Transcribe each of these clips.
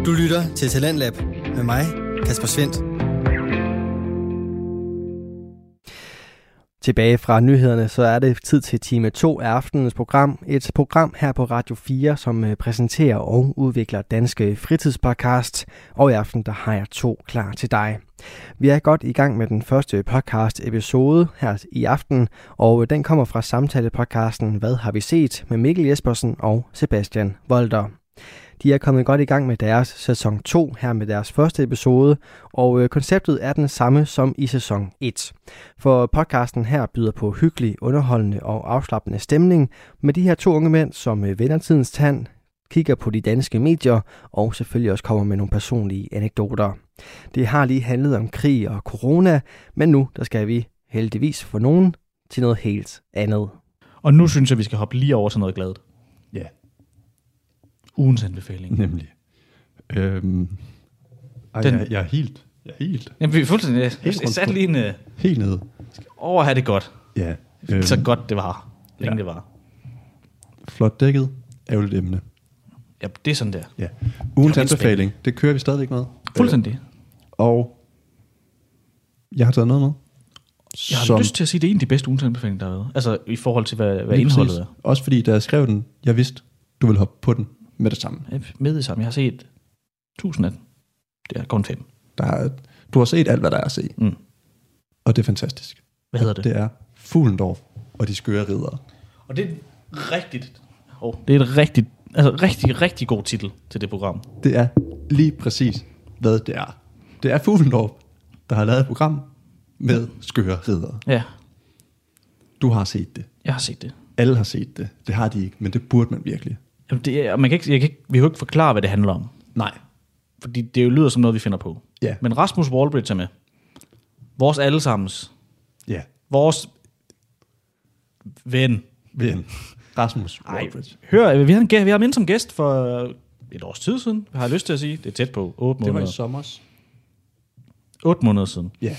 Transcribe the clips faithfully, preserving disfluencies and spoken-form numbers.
Du lytter til Talentlab med mig, Kasper Svendt. Tilbage fra nyhederne, så er det tid til time to af aftenens program. Et program her på Radio fire, som præsenterer og udvikler danske fritidspodcasts. Og i aften, der har jeg to klar til dig. Vi er godt i gang med den første podcast episode her i aften, og den kommer fra samtalepodcasten Hvad har vi set? Med Mikkel Jespersen og Sebastian Volter. De er kommet godt i gang med deres sæson to her med deres første episode, og konceptet er den samme som i sæson et. For podcasten her byder på hyggelig, underholdende og afslappende stemning med de her to unge mænd, som vender tidens tand, kigger på de danske medier og selvfølgelig også kommer med nogle personlige anekdoter. Det har lige handlet om krig og corona, men nu der skal vi heldigvis for nogen til noget helt andet. Og nu synes jeg, vi skal hoppe lige over til noget glad. Ja. Yeah. Ugens anbefaling. Nemlig. Øhm, ej, Den, jeg, jeg er helt... Jeg er helt... Jamen, vi er fuldstændig... Jeg, helt jeg satte lige en... Uh, helt nede. Over at have det godt. Ja. Øhm, så godt det var. Længe ja. det var. Flot dækket. Ærgerligt emne. Ja, det er sådan der. Ja. Ugens anbefaling. Det kører vi stadigvæk med. Fuldstændig. Øh, og jeg har taget noget med. Jeg har som, lyst til at sige, at det er en af de bedste ugens anbefalinger, der har været. Altså i forhold til, hvad, hvad indholdet præcis. Er. Også fordi, da jeg skrev den, jeg vidste, du ville hoppe på den med det samme. Med det samme. Jeg har set tusind af den. Det er kun fem. Der er, du har set alt, hvad der er at se. Mm. Og det er fantastisk. Hvad hedder det? Det er Fuglendorf og de skøre riddere. Og det er rigtigt. Oh, det er et rigtigt, altså rigtig, rigtig god titel til det program. Det er lige præcis, hvad det er. Det er Fuglendorf, der har lavet et program med skøre riddere. Ja. Du har set det. Jeg har set det. Alle har set det. Det har de ikke, men det burde man virkelig. Jamen det er, man kan ikke, jeg kan ikke, vi kan jo ikke forklare, hvad det handler om. Nej. Fordi det jo lyder som noget, vi finder på. Ja. Men Rasmus Wallbridge er med. Vores allesammens. Ja. Vores ven. Ven. Rasmus Wallbridge. Hør, vi har, en, vi har en som gæst for et års tid siden, har jeg lyst til at sige. Det er tæt på otte måneder. Det var i sommers. otte måneder siden. Ja.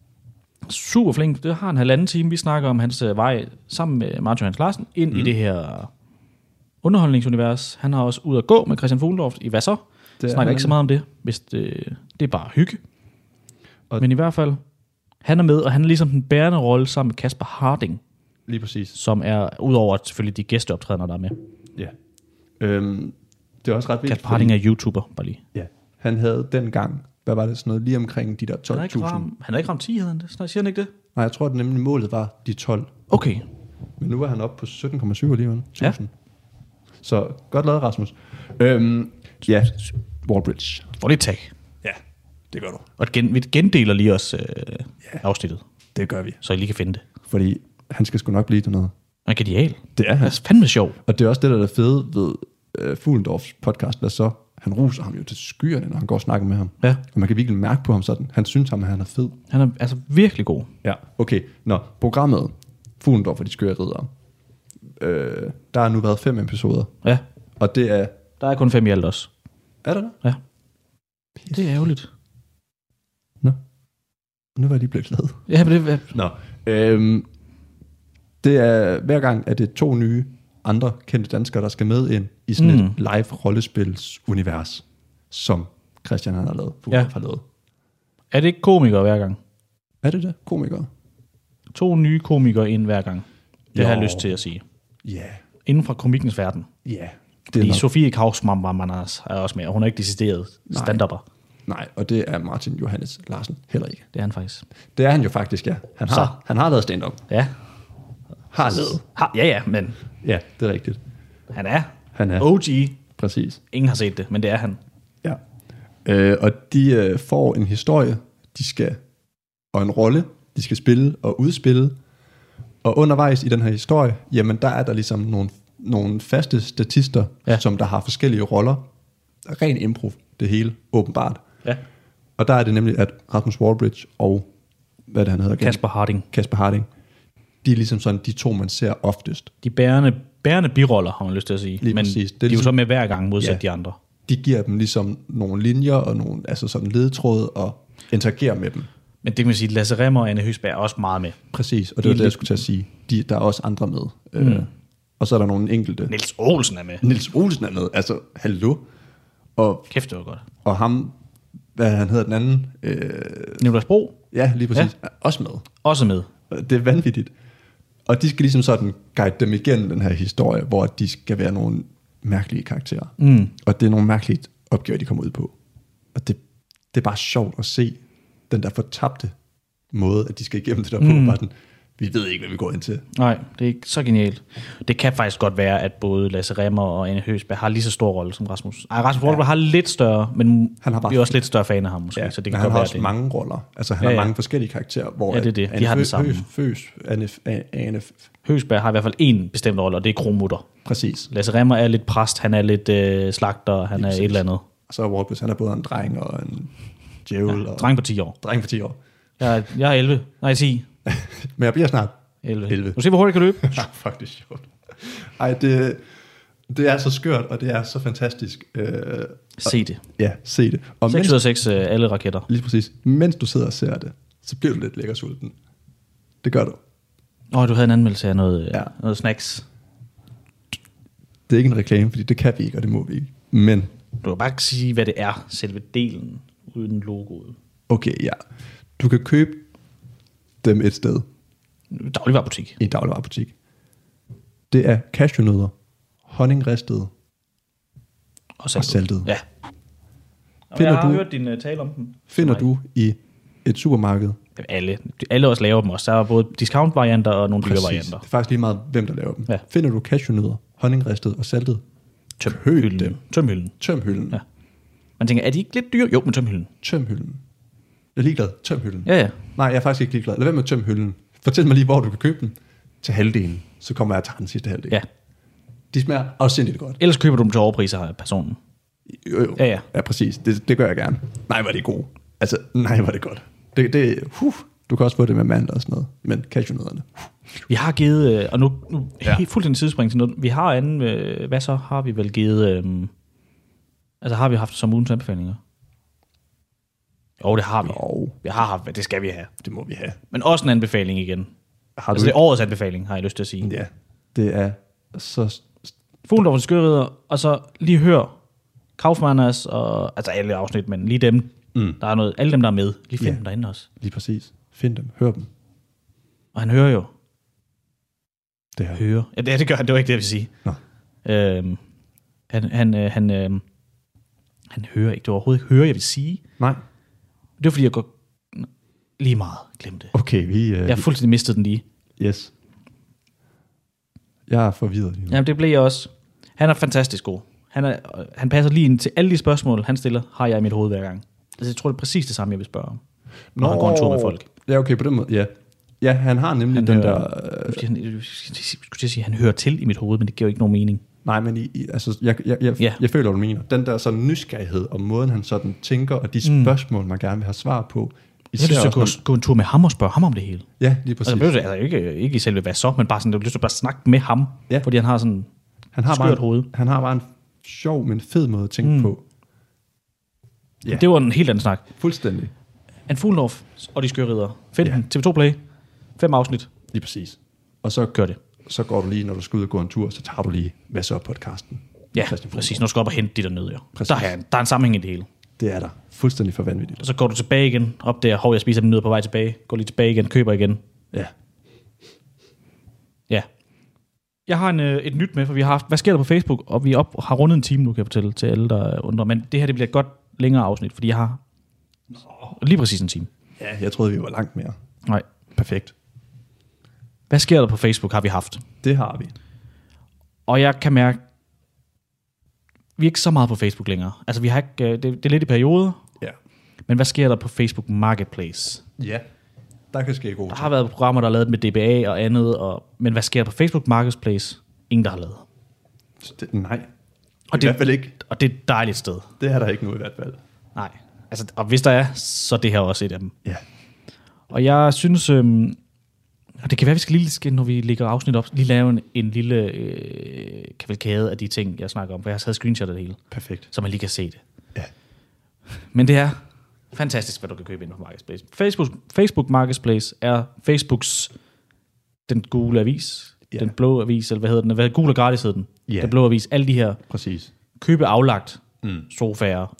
Super flink. Det har en halvanden time, vi snakker om hans vej sammen med Martin Hans Larsen ind mm. i det her underholdningsunivers. Han har også ud at gå med Christian Fuglendorf i Hvad så? Det snakker ikke så meget om det, hvis det, det er bare hygge. Og men i hvert fald, han er med, og han er ligesom den bærende rolle sammen med Kasper Harding. Lige præcis. Som er, udover selvfølgelig de gæsteoptrædener, der er med. Ja. Øhm, det er også ret vigtigt. Kasper Harding er YouTuber, bare lige. Ja. Han havde dengang, hvad var det, sådan noget lige omkring de der tolv tusind. Han har ikke ramt ti, havde han det? Siger han ikke det? Nej, jeg tror, at nemlig målet var de tolv. Okay. Men nu var han oppe på sytten komma syv alligevel. Ja. Så godt lavet, Rasmus. Øhm, ja, Wallbridge. Hvor det tag. Ja, det gør du. Og gen, vi gendeler lige også øh, ja, afsnittet. Det gør vi. Så I lige kan finde det. Fordi han skal sgu nok blive til noget. Han er genial. Det er han. Det er fandme sjov. Og det er også det, der er fede ved uh, Fuglendorfs podcast. Hvad så? Han ruser ham jo til skyerne, når han går og snakker med ham. Ja. Og man kan virkelig mærke på ham sådan. Han synes ham, at han er fed. Han er altså virkelig god. Ja, okay. Nå, programmet Fuglendorf og de skøre riddere. Øh, der har nu været fem episoder. Ja. Og det er... Der er kun fem i alt også. Er der det? Ja. Det er ærgerligt. Nå. Nu var jeg lige blevet glad. Ja, men det... Nå. Øhm, det er... Hver gang er det to nye andre kendte danskere, der skal med ind i sådan mm. et live-rollespils-univers, som Christian han har lavet. Ja. Har lavet. Er det ikke komikere hver gang? Er det det? Komikere? To nye komikere ind hver gang. Det jo. Har jeg lyst til at sige. Ja. Yeah. Inden fra komikkens verden. Ja. Yeah. Fordi Sofie Kausmann var man er også med, og hun er ikke decideret stand-upper. Nej, og det er Martin Johannes Larsen heller ikke. Det er han faktisk. Det er han jo faktisk, ja. Han har, han har lavet stand-up. Ja. Har lavet. Har, ja, ja, men... Ja, det er rigtigt. Han er. Han er. O G. Præcis. Ingen har set det, men det er han. Ja. Øh, og de øh, får en historie, de skal... Og en rolle, de skal spille og udspille. Og undervejs i den her historie, jamen der er der ligesom nogle, nogle faste statister, ja. Som der har forskellige roller. Ren improv, det hele, åbenbart. Ja. Og der er det nemlig, at Rasmus Wallbridge og, hvad det han hedder? Kasper Harding. Kasper Harding. De er ligesom sådan de to, man ser oftest. De bærende, bærende biroller, har man lyst til at sige. Lige men præcis. Det er de er ligesom, jo så med hver gang modsat ja, de andre. De giver dem ligesom nogle linjer og nogle altså sådan ledetråde og interagerer med dem. Men det kan man sige, Lasse Remmer og Anne Høsberg er også meget med. Præcis, og det var det, jeg skulle til at sige. De, der er også andre med. Mm. Øh, og så er der nogle enkelte. Niels Olsen er med. Niels Olsen er med, altså hallo. Og kæft, det var godt. Og ham, hvad han hedder den anden? Øh, Nicolas Bro. Ja, lige præcis. Ja. Også med. Også med. Det er vanvittigt. Og de skal ligesom sådan guide dem igennem den her historie, hvor de skal være nogle mærkelige karakterer. Mm. Og det er nogle mærkelige opgaver, de kommer ud på. Og det, det er bare sjovt at se den der fortabte måde, at de skal igennem det der mm. på. Bare den, vi ved ikke, hvad vi går ind til. Nej, det er ikke så genialt. Det kan faktisk godt være, at både Lasse Remmer og Anne Høgsberg har lige så stor rolle som Rasmus. Ej, Rasmus Wolf ja. har lidt større, men han har bare vi er også lidt større fan af ham måske. Ja, så det kan kan han har være også det. mange roller. Altså han ja, ja. har mange forskellige karakterer. Hvor ja, det er det. De Anne har den samme. Føs, Anne, Anne Høgsberg har i hvert fald en bestemt rolle, og det er Kromutter. Præcis. Lasse Remmer er lidt præst, han er lidt øh, slagter, han er et eller andet. Og så er Wolf, han er både en dreng og en djævel. Ja, og dreng på ti år. Dreng på ti år. Jeg er, jeg er elleve. Nej, ti. Men jeg bliver snart elleve. elleve. Du ser, hvor hurtigt kan løbe. Ja, faktisk sjovt. Ej, det, det er så skørt, og det er så fantastisk. Øh, se det. Ja, se det. Og seks ud af seks, øh, alle raketter. Lige præcis. Mens du sidder og ser det, så bliver du lidt lækker sulten. Det gør du. Åh, oh, du havde en anmeldelse af noget, ja. noget snacks. Det er ikke en reklame, fordi det kan vi ikke, og det må vi ikke. Men du kan bare ikke sige, hvad det er, selve delen, uden logoet. Okay, ja. Du kan købe dem et sted. Dagligvarebutik. I en dagligvarebutik. Det er cashewnødder, honningristet og saltet. Og saltet. Ja. Og finder jeg har du, hørt din uh, tale om dem. Finder du i et supermarked? Alle. Alle også laver dem også. Der er både discount-varianter og nogle dyre varianter. Det er faktisk lige meget, hvem der laver dem. Ja. Finder du cashewnødder, honningristet og saltet? Tøm Køb hylden. dem. Tøm hylden. Tøm hylden. Ja. Man tænker, er de ikke lidt dyre? Jo, men tøm hylden. Tøm hylden. Jeg er ligeglad. Tøm hylden. Ja, ja. Nej, jeg er faktisk ikke ligeglad. Lad være med at tømme hylden. Fortæl mig lige, hvor du kan købe den til halvdelen. Så kommer jeg og tager den sidste halvdel. Ja. De smager afsindigt godt. Ellers køber du dem til overpriser af personen. Jo, jo. Ja, ja. Ja, præcis. Det, det gør jeg gerne. Nej, var det god. Altså, nej, var det godt. Det, det, huh. Du kan også få det med mandler og sådan noget. Men cashewnødderne. Uh. Vi har givet, og nu, nu ja. helt fuldstændig sidespring til noget. Vi har anden, øh, hvad så har vi vel givet, øh, altså har vi haft som ugens anbefalinger? Jo, det har vi. Jo. Vi har haft, det skal vi have. Det må vi have. Men også en anbefaling igen. Har altså du det er årets anbefaling, har jeg lyst til at sige. Ja, det er så... Fuglendorfens Skørider, og så lige hør Kaufmanners, og, altså alle afsnit, men lige dem, mm. der er noget, alle dem, der er med, lige find ja. dem derinde også. Lige præcis. Find dem, hør dem. Og han hører jo. Det her. Hører. Ja, det, det gør han, det var ikke det, jeg vil sige. Nå. Øhm, han, han, han, øh, han hører ikke, det var overhovedet ikke hører, jeg vil sige. Nej. Det var fordi, jeg går lige meget glemte. Okay, vi... Uh, jeg har fuldstændig mistet den lige. Yes. Jeg er forvirret lige nu. Jamen, det blev jeg også. Han er fantastisk god. Han, er, han passer lige ind til alle de spørgsmål, han stiller, har jeg i mit hoved hver gang. Altså, jeg tror, det er præcis det samme, jeg vil spørge om. Når Nå, han går en tur med folk. Ja, okay, på den måde, ja. Ja, han har nemlig han den hører, der... Øh, han, jeg skulle sige, han hører til i mit hoved, men det giver jo ikke nogen mening. Nej, men i, i, altså, jeg, jeg, jeg, ja. jeg føler, hvad du mener. Den der sådan nysgerrighed, og måden han sådan tænker, og de spørgsmål, mm. man gerne vil have svar på. Jeg har lyst til at gå, gå en tur med ham og spørge ham om det hele. Ja, lige præcis. Altså, altså ikke, ikke i selve hvad så, men bare sådan, jeg har lyst til at bare snakke med ham, ja. Fordi han har sådan han har skørt bare, hoved. Han har bare en sjov, men fed måde at tænke mm. på. Ja. Det var en helt anden snak. Fuldstændig. En Fuglendorf og de Skørider. Find ja. T V to Play. Fem afsnit. Lige præcis. Og så gør det. Så går du lige, når du skal ud og gå en tur, så tager du lige, hvad så podcasten. Ja, præcis. Når du skal op og hente de der nød, jo. Der er, der er en sammenhæng i det hele. Det er der. Fuldstændig for vanvittigt. Og så går du tilbage igen, op der, hov, jeg spiser dem nødder på vej tilbage. Går lige tilbage igen, køber igen. Ja. Ja. Jeg har en, et nyt med, for vi har haft, hvad sker der på Facebook? Og vi op, har rundet en time nu, kan jeg fortælle til alle, der undrer. Men det her, det bliver et godt længere afsnit, fordi jeg har lige præcis en time. Ja, jeg troede, vi var langt mere. Nej. Perfekt. Hvad sker der på Facebook, har vi haft? Det har vi. Og jeg kan mærke, vi er ikke så meget på Facebook længere. Altså, vi har ikke, det, det er lidt i perioder. Ja. Men hvad sker der på Facebook Marketplace? Ja, der kan ske gode Der har været programmer, der er lavet med D B A og andet, og, men hvad sker der på Facebook Marketplace? Ingen, der har lavet. Det, nej. Og I det, hvert fald ikke. Og det er et dejligt sted. Det er der ikke nu i hvert fald. Nej. Altså, og hvis der er, så er det her også et af dem. Ja. Og jeg synes, øhm, og det kan være, vi skal lige, når vi lægger afsnit op, lige lave en, en lille øh, kavalkade af de ting, jeg snakker om, for jeg har taget screenshot af det hele. Perfekt. Så man lige kan se det. Ja. Men det er fantastisk, hvad du kan købe ind på Marketplace. Facebook, Facebook Marketplace er Facebooks den gule avis, ja. Den blå avis, eller hvad hedder den? Hvad gul og gratis hedder den? Ja. Den blå avis, alle de her præcis. købe aflagt mm. sofaer og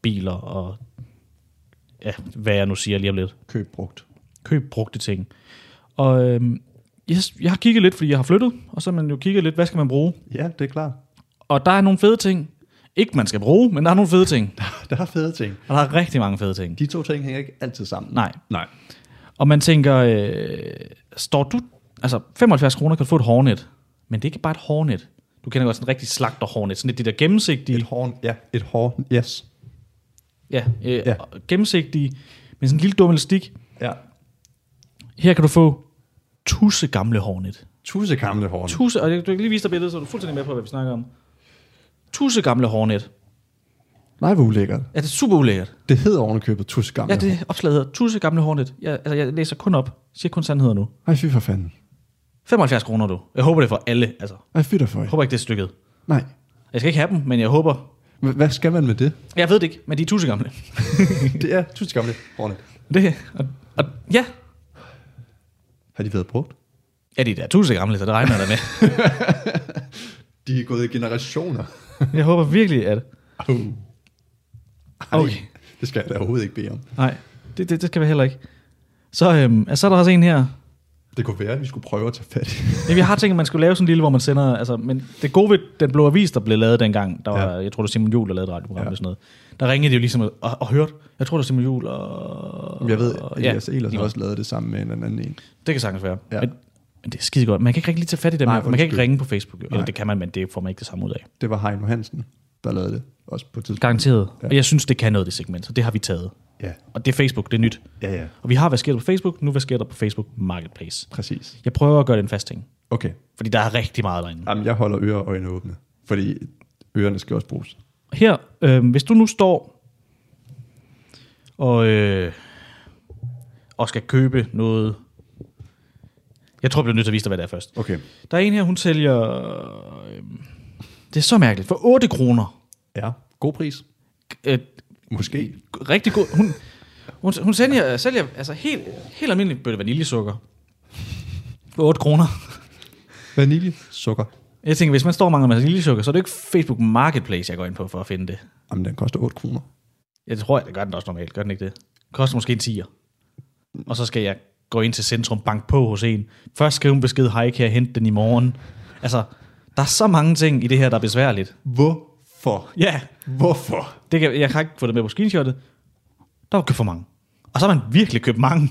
biler og ja, hvad jeg nu siger lige om lidt. Køb brugt. Køb brugte ting. Og øhm, jeg, jeg har kigget lidt, fordi jeg har flyttet, og så har man jo kigget lidt, hvad skal man bruge? Ja, det er klart. Og der er nogle fede ting. Ikke man skal bruge, men der er nogle fede ting. Der er fede ting. Og der er rigtig mange fede ting. De to ting hænger ikke altid sammen. Nej. Nej. Og man tænker, øh, står du... Altså, femoghalvfjerds kroner kan du få et Hornet. Men det er ikke bare et Hornet. Du kender godt sådan en rigtig slagter Hornet. Sådan lidt det der gennemsigtige... Et horn, ja, et horn, yes. Ja, øh, Ja. gennemsigtige, med sådan en lille dum elastik. Ja. Her kan du få tusse gamle Hornet. Tusse gamle horn. Tusse, og jeg kan lige vise dig billedet, så er du fuldstændig med på, hvad vi snakker om. Tusse gamle Hornet. Nej, hvor ulækkert. Ja, det er super ulækkert. Det hedder ovenikøbet tusse gamle Ja, det opslaget hedder tusse gamle Hornet. Jeg, altså, jeg læser kun op. Siger kun sandheder nu. Ej, fy for fanden. femoghalvfjerds kroner, du. Jeg håber det er for alle. Altså, Ej, fy der for. jeg håber ikke, det er stykket. Nej. Jeg skal ikke have dem, men jeg håber... H- Hvad skal man med det? Jeg ved det ikke, men de er tusse gamle. Det er tusse gamle hornet. Det, og, og, ja, Har de været brugt? ja, de er da tusse gamle, så det regner jeg da med. De er gået i generationer. Jeg håber virkelig, at... Uh. Okay. Det skal jeg da overhovedet ikke bede om. Nej, det, det, det skal vi heller ikke. Så, øhm, så er der også en her. Det kunne være, at vi skulle prøve at tage fat i. Ja, jeg har tænkt, at man skulle lave sådan en lille, hvor man sender... Altså, men det gode ved den blå avis, der blev lavet dengang, der var, Ja. jeg tror, det var Simon Juhl, der lavede et radioprogram Ja. eller sådan noget. Der ringede de jo ligesom og, og, og hørte. Jeg tror, det var Simon Juhl og... Jeg ved, og, Elias ja, Ehlers de har var- også lavet det sammen med en eller anden en. Det kan sagtens være. Ja. Men, men det er skide godt. Man kan ikke rigtig lige tage fat i dem. Nej, Nej, man kan ikke undskyld. ringe på Facebook. Jo. Eller Nej. det kan man, men det får man ikke det samme ud af. Det var Heino Hansen, der lavede det. Også på et tidspunkt. Garanteret. Ja. Og jeg synes, det kan noget, det segment. Så det har vi taget. Ja, Og det er Facebook, det er nyt. ja, ja. Og vi har, hvad sker der på Facebook? Nu, hvad sker der på Facebook Marketplace? Præcis. Jeg prøver at gøre det en fast ting. Okay. Fordi der er rigtig meget derinde. Jamen, jeg holder ører og øjne åbne. Fordi ørerne skal også bruges. Her, øh, hvis du nu står og, øh, og skal købe noget... Jeg tror, jeg bliver nødt til at vise dig, hvad det er først. Okay. Der er en her, hun sælger... Øh, det er så mærkeligt. For otte kroner. Ja, god pris. Øh, Måske. rigtig god... Hun, hun, hun sælger, sælger altså helt, helt almindelig bøtte vaniljesukker. For otte kroner. Vanilje, sukker. Jeg tænker, hvis man står og mangler vaniljesukker, så er det ikke Facebook Marketplace, jeg går ind på for at finde det. Jamen, den koster otte kroner. Jeg tror, det gør den også normalt. Gør den ikke det? Det koster måske en tier. Og så skal jeg gå ind til Centrum Bank på hos en. Først skrive en besked, hej, kan jeg hente den i morgen? Altså, der er så mange ting i det her, der er besværligt. Hvorfor? Ja, Hvorfor? det kan, jeg har ikke fået det med på screenshotet. Der var købt for mange. Og så har man virkelig købt mange.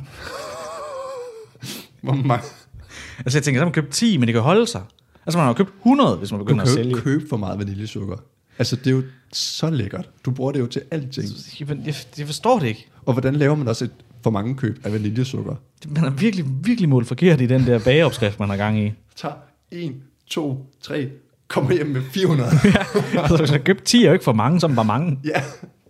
Hvor mange? Altså jeg tænker, så har man købt ti, men det kan holde sig. Altså man har jo købt hundrede, hvis man Du begynder kan at jo sælge. ikke købe for meget vaniljesukker. Altså, det er jo så lækkert. Du bruger det jo til alting. Jamen, Jeg, jeg forstår det ikke. Og hvordan laver man også et for mange køb af vaniljesukker? Man er virkelig, virkelig målt forkert i den der bageopskrift, man har gang i. Tag en, to, tre, kommer hjem med fire hundrede. Altså hvis man har købt ti, er jo ikke for mange, så er man bare mange. Ja.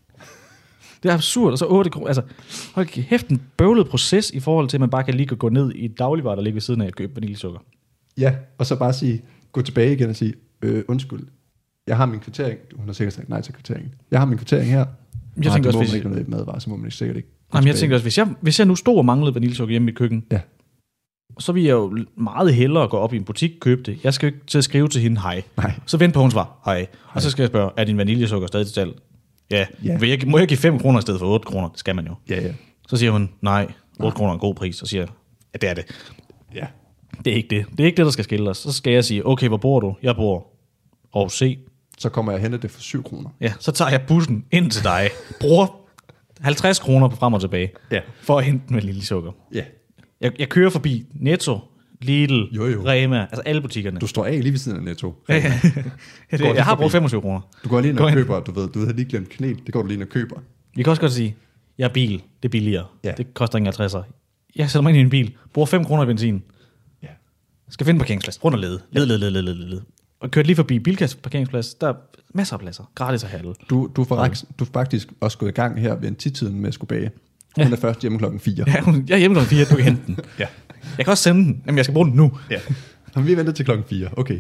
Det er absurd, og så otte kroner. Altså, hold kæft, en bøvlet proces i forhold til, at man bare kan lige gå ned i et dagligvarer, der ligger ved siden af at købe vaniljesukker. Ja, og så bare sige, gå tilbage igen og sige, øh, undskyld, jeg har min kvittering. Hun har sikkert sagt nej til kvitteringen. Jeg har min kvittering her. Jeg tænker også, må hvis... man ikke noget madvarer, så må man ikke sikkert ikke. gå Jamen, jeg tilbage. tænker også, hvis jeg, hvis jeg nu stod og manglede vaniljesukker hjemme i mit køkken, Ja. så ville jeg jo meget hellere gå op i en butik og købe det. Jeg skal jo ikke til at skrive til hende, hej. Nej. Så vent på, hun svar, hej. Og så skal jeg spørge, er din vaniljesukker stadig til salg? Ja. Ja. Vil jeg, må jeg give fem kroner i stedet for otte kroner? Det skal man jo. Ja, ja. Så siger hun, nej, otte kroner er en god pris. Så siger jeg, ja, det er det. Ja. Det er ikke det. Det er ikke det, der skal skille os. Så skal jeg sige, okay, hvor bor du? Jeg bor Aarhus C. Så kommer jeg hen det for syv kroner. Ja, så tager jeg bussen ind til dig. Bruger halvtreds kroner på frem og tilbage. Ja. For at hente med lille sukker. Ja. Jeg, jeg kører forbi Netto, Lidl, Jo, jo. Rema, altså alle butikkerne. Du står af lige ved siden af Netto. Ja, ja. det, Går jeg har forbi. brugt femogtyve kroner. Du går lige ind Gå og ind. køber, du ved, du havde lige glemt knæ. Det går du lige ind og køber. Vi kan også godt sige, jeg er bil, det er billigere. Ja. Det koster ingen halvtredser. Jeg sætter mig ind i en bil, bruger fem kroner i benzin. Ja. Skal finde parkeringsplads, rundt og lede. Led, led, led, led, led, led. Og kørte lige forbi Bilkas parkeringsplads. Der er masser af pladser, gratis at handle. Du, du, er faktisk, du er faktisk også gået i gang her ved en tidtiden med at skulle bage. Hun Ja. er først hjemme klokken fire. Ja, hun- jeg er hjemme klokken fire, du kan hente den. Ja. Jeg kan også sende den, men jeg skal bruge den nu. Ja. Jamen, vi venter til klokken fire. Okay.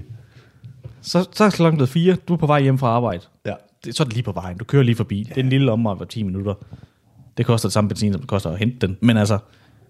Så, så er klokken blevet fire, du er på vej hjem fra arbejde. Ja. Det, så er det lige på vejen, du kører lige forbi. Det er en lille omvej for ti minutter. Det koster det samme benzin, som det koster at hente den. Men altså,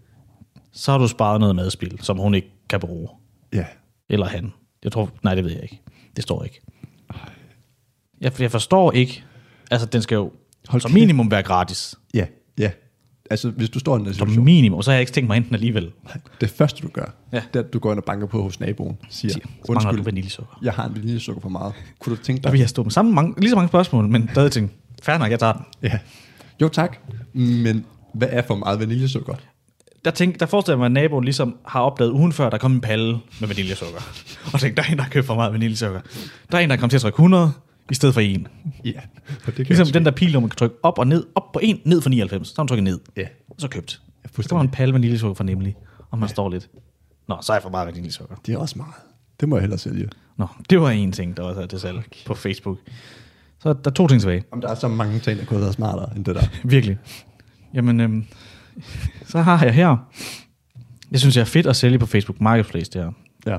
så har du sparet noget madspil, som hun ikke kan bruge. Ja. Eller han. Jeg tror, nej, det ved jeg ikke. Det står ikke. Jeg, jeg forstår ikke. Altså, den skal jo Hold så minimum være gratis. Ja, ja. Altså, hvis du står i en Som situation... minimum, så har jeg ikke tænkt mig enten alligevel. Nej, det første, du gør, Ja. det er, at du går ind og banker på hos naboen, siger, Siger, så mangler du undskyld, vaniljesukker. jeg har en vaniljesukker for meget. Kunne du tænke Der dig... vil jeg stå med samme mange, lige så mange spørgsmål, men stadig tænke, fair nok, jeg tager den. Ja. Jo, tak. Men hvad er for meget vaniljesukker? Der, tænk, der forestiller jeg mig, at naboen ligesom har opdaget ugen før, der kom en palle med vaniljesukker. Og tænkte, der er en, der har købt for meget vaniljesukker. Der er en, der kommer til at trykke hundrede i stedet for en. Ja. Og det Ligesom den der pil, hvor man kan trykke op og ned, op på en, ned for nioghalvfems. Så har man trykket ned, Ja. og så købt. Ja, Så kommer en palle vaniljesukker for nemlig, og man ja. står lidt. Nå, så er jeg for meget vaniljesukker. Det er også meget. Det må jeg hellere sælge. Nå, det var en ting, der også er til salg okay. på Facebook. Så der er to ting tilbage. Om der er så mange ting, der kunne have været smartere end det der. Virkelig. Jamen, øhm, så har jeg her. Jeg synes, det er fedt at sælge på Facebook Marketplace, det her. Ja.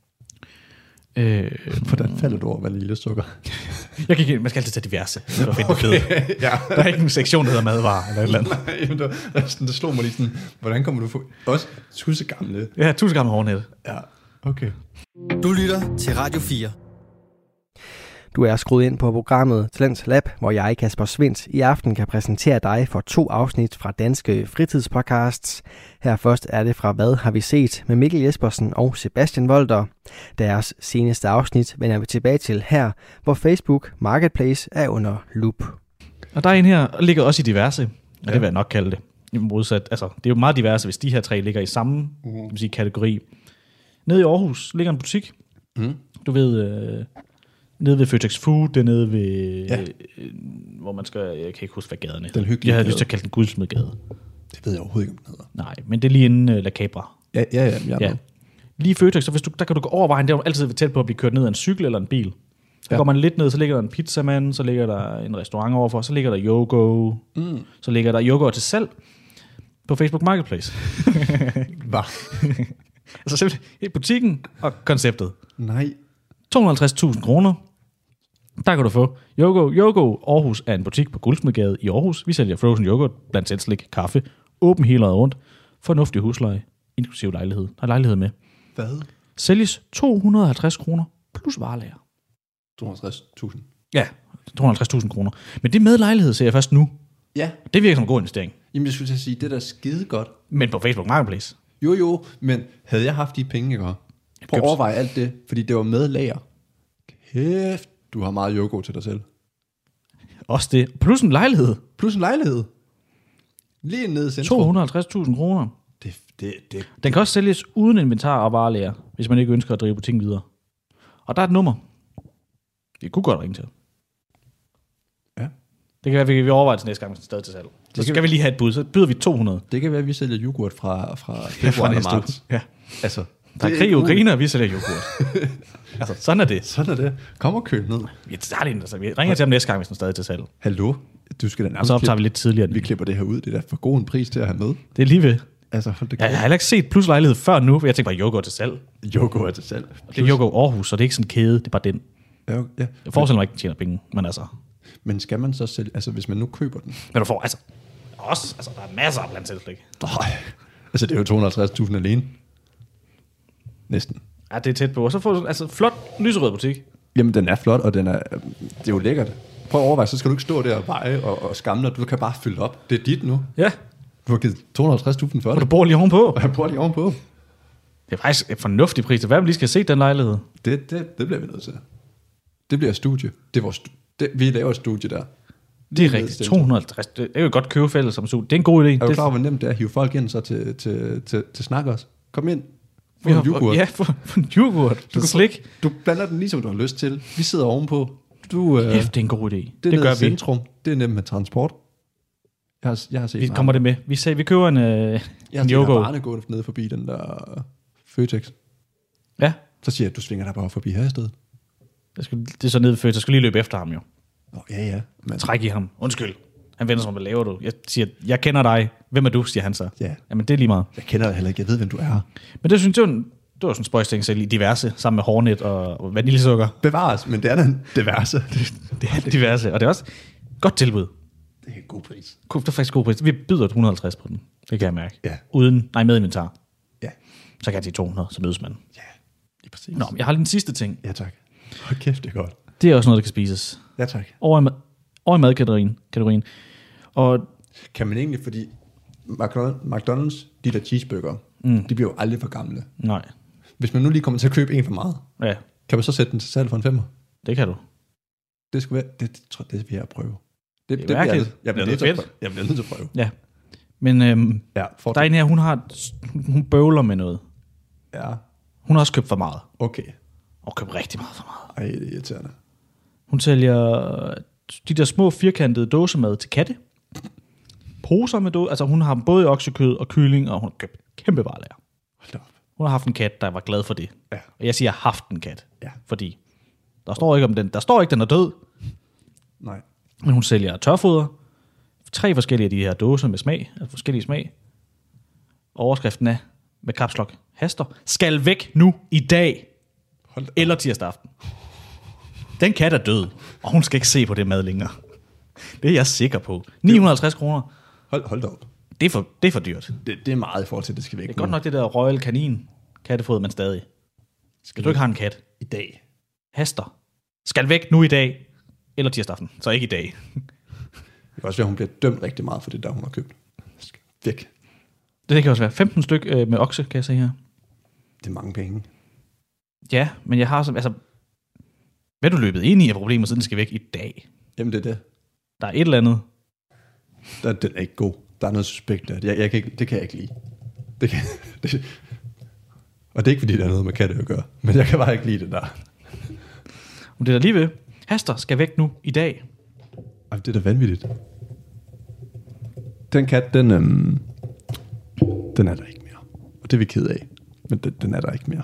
Øh, Hvordan falder du over vaniljesukker? jeg kan ikke, man skal altid tage diverse. Det var fedt, okay. Det Ja. Der er ikke en sektion, der hedder madvarer eller et eller andet. Nej, men det, var, sådan, det slog mig lige sådan, hvordan kommer du få... Også tusse gamle. Ja, tusind gange hårdnet. Ja, okay. Du lytter til Radio fire. Du er skruet ind på programmet Talents Lab, hvor jeg, Kasper Svindt, i aften kan præsentere dig for to afsnit fra Danske Fritidspodcasts. Her først er det fra Hvad har vi set med Mikkel Jespersen og Sebastian Volter. Deres seneste afsnit vender vi tilbage til her, hvor Facebook Marketplace er under lup. Og der er en her, der ligger også i diverse. Og ja. Det vil jeg nok kalde det. I modsat, altså, det er jo meget diverse, hvis de her tre ligger i samme uh. vil sige, kategori. Nede i Aarhus ligger en butik. Mm. Du ved... Øh, nede ved Føtex Food, det er nede ved, ja. øh, hvor man skal, jeg kan ikke huske, hvad gaden er. Den hyggelige Jeg havde gade. lyst til at kalde den Guldsmedgade. Det ved jeg overhovedet ikke, om den hedder. Nej, men det er lige inden uh, La Cabra. Ja, ja, ja. Jeg ja. Lige i Føtex, så hvis du, der kan du gå over vejen, det er jo altid tæt på at blive kørt ned af en cykel eller en bil. Så ja. går man lidt ned, så ligger der en pizzamand, så ligger der en restaurant overfor, så ligger der Yogo, mm. så ligger der yoghurt til salg på Facebook Marketplace. Hvad? Altså simpelthen butikken og konceptet. Nej. to hundrede og halvtreds tusind kroner. Der kan du få Yogo. Yogo Aarhus er en butik på Guldsmedgade i Aarhus. Vi sælger frozen yoghurt, blandt andet slik, kaffe, åben hele året rundt, fornuftig husleje, inklusiv lejlighed. Der er lejlighed med. Hvad? Sælges to hundrede og halvtreds kroner plus varelager. to hundrede og halvtreds tusind. Ja, to hundrede og halvtreds tusind kroner. Men det med lejlighed ser jeg først nu. Ja. Det virker som en god investering. Jamen, jeg skulle til at sige, det der er skide godt. Men på Facebook Marketplace. Jo, jo, men havde jeg haft de penge, ikke? Prøv at overveje alt det, fordi det var med lager. Kæft, du har meget yoghurt til dig selv. Også det. Plus en lejlighed. Plus en lejlighed. Lige nede i centrum. to hundrede og halvtreds tusind kroner. Det, det, det. Den kan også sælges uden inventar og varelager, hvis man ikke ønsker at drive butikken videre. Og der er et nummer. Vi kunne godt ringe til. Ja. Det kan være, at vi overvejer til næste gang, hvis den stadig til salg. Så skal vi lige have et bud, så byder vi to hundrede. Det kan være, at vi sælger yoghurt fra, fra februar ja, og marts. Ja. Altså, der er krig i Ukraine, og vi sælger yoghurt. Altså, sådan er det. Sådan er det. Kom og køb ned. Vi, tager det, altså, vi ringer til ham næste gang, hvis den stadig til salg. Hallo? Du skal da Og nærmest så optager klippe. vi lidt tidligere. Vi klipper det her ud. Det er da for god en pris til at have med. Det er lige ved. Altså, hold det Jeg har heller ikke set plus lejlighed før nu, for jeg tænker bare yoghurt til salg. Yoghurt til salg. Det er yoghurt Aarhus, så det er ikke sådan en kæde, det er bare den. Ja, ja. Jeg forestiller mig ikke, den tjener penge, men altså... Men skal man så sælge, altså hvis man nu køber den? Men du får, altså... Også, altså, der er masser af blandt selvslik. Nej, altså det er jo to hundrede og halvtreds tusind alene. Næsten. Ja, det er tæt på. Og så får du altså flot lyserød butik. Jamen, den er flot, og den er, det er jo lækkert. Prøv at overveje, så skal du ikke stå der og veje og, og skamme dig. Du kan bare fylde op. Det er dit nu. Ja. Du har givet to hundrede og halvtreds tusind for det. Og du bor lige ovenpå. Og jeg bor lige ovenpå. Det er faktisk en fornuftig pris. Hvad vi lige skal se den lejlighed? Det, det, det bliver vi nødt til. Det bliver et studie. Det er vores, det, vi laver et studie der. Det er rigtigt. to hundrede og halvtreds. Det er jo et godt købefælde som studie. Det er en god idé. Er du det... klar over, hvor nemt det er at hive folk ind så til, til, til, til snak også? Kom ind. Få en yoghurt. Ja, få en yoghurt. Du, slik. Du blander den lige, som du har lyst til. Vi sidder ovenpå. Du, øh, Hæft, det er en god idé. Det, det gør vi. Centrum. Det er nemt med transport. Jeg har, jeg har set vi kommer det med. Vi, sagde, vi køber en, øh, jeg en har yoghurt. Jeg har gået ned forbi den der Føtex. Ja. Så siger jeg, at du svinger dig bare forbi her i stedet. Jeg skal, det er så nede før. Jeg skal lige løbe efter ham jo. Nå, ja, ja. Men... Træk i ham. Undskyld. Han vender sig om, hvad laver du? Jeg siger, jeg kender dig. Hvem er du, siger han så. Ja. Jamen, det er lige meget. Jeg kender dig heller ikke. Jeg ved, hvem du er. Men det synes jeg, det var sådan en spøjsting selv i diverse, sammen med Hornet og vaniljesukker. Bevares, men det er den diverse. Det er diverse, og det er også godt tilbud. Det er en god pris. Det er faktisk god pris. Vi byder et hundrede og halvtreds på den. Det kan jeg mærke. Ja. Uden, nej, med inventar. Ja. Så kan jeg til to hundrede, så mødes man. Ja, lige præcis. Nå, men jeg har lige den sidste ting. Ja, tak. Hold kæft, det er godt. Det er også noget, der kan spises. Ja, tak. Over i Og i madkategorien. Kategorien. Og Kan man egentlig, fordi McDonald's, de der cheeseburger, mm. de bliver jo aldrig for gamle. nej. Hvis man nu lige kommer til at købe en for meget, Ja, kan man så sætte den til salg for en femmer? det kan du. Det skulle være, det, det tror jeg, det vil jeg prøve. Det, Det er bliver jeg, mærkeligt. jeg bliver Ja, nødt det er til at fedt. prøve. Jeg bliver nødt til at prøve. Ja. Men øhm, Ja, for der er en her, hun har, hun bøvler med noget. Ja, Hun har også købt for meget. okay. Og købt rigtig meget for meget. Ej, det er irriterende. Hun sælger de der små firkantede dåsemad til katte. Poser med dåse. Altså hun har både oksekød og kylling, og hun har købt kæmpe varelager. Hold da op. Hun har haft en kat, der var glad for det. Ja. Og jeg siger haft en kat. Ja. Fordi der står ikke om den. Der står ikke, den er død. Nej. Men hun sælger tørfoder. Tre forskellige af de her dåser med smag. Altså forskellige smag. Overskriften er med kapslok. Haster. Skal væk nu i dag. Hold da. Eller tirsdag aften. Den kat er død. Og hun skal ikke se på det mad længere. Det er jeg sikker på. ni hundrede og halvtreds kroner. Hold, hold da op. Det er for, det er for dyrt. Det, det er meget i forhold til, at det skal væk. Det er godt nok det der Royal Kanin kattefod, man stadig. Skal du ikke have en kat? I dag. Haster. Skal væk nu i dag. Eller tirsdag aften. Så ikke i dag. Det kan også være, at hun bliver dømt rigtig meget for det, der hun har købt. Skal væk. Det kan også være femten styk øh, med okse, kan jeg se her. Det er mange penge. Ja, men jeg har så, altså, hvad er du løbet ind i af problemer, siden det skal væk i dag? Jamen, det er det. Der er et eller andet. Der, den er ikke god. Der er noget suspekt der. Jeg, jeg kan ikke, det kan jeg ikke lide. Det kan, det, og det er ikke, fordi der er noget med katte at gøre. Men jeg kan bare ikke lide det der. Men det er der lige ved. Haster skal væk nu i dag. Ej, det er da vanvittigt. Den kat, den, øhm, den er der ikke mere. Og det er vi ked af. Men den, den er der ikke mere.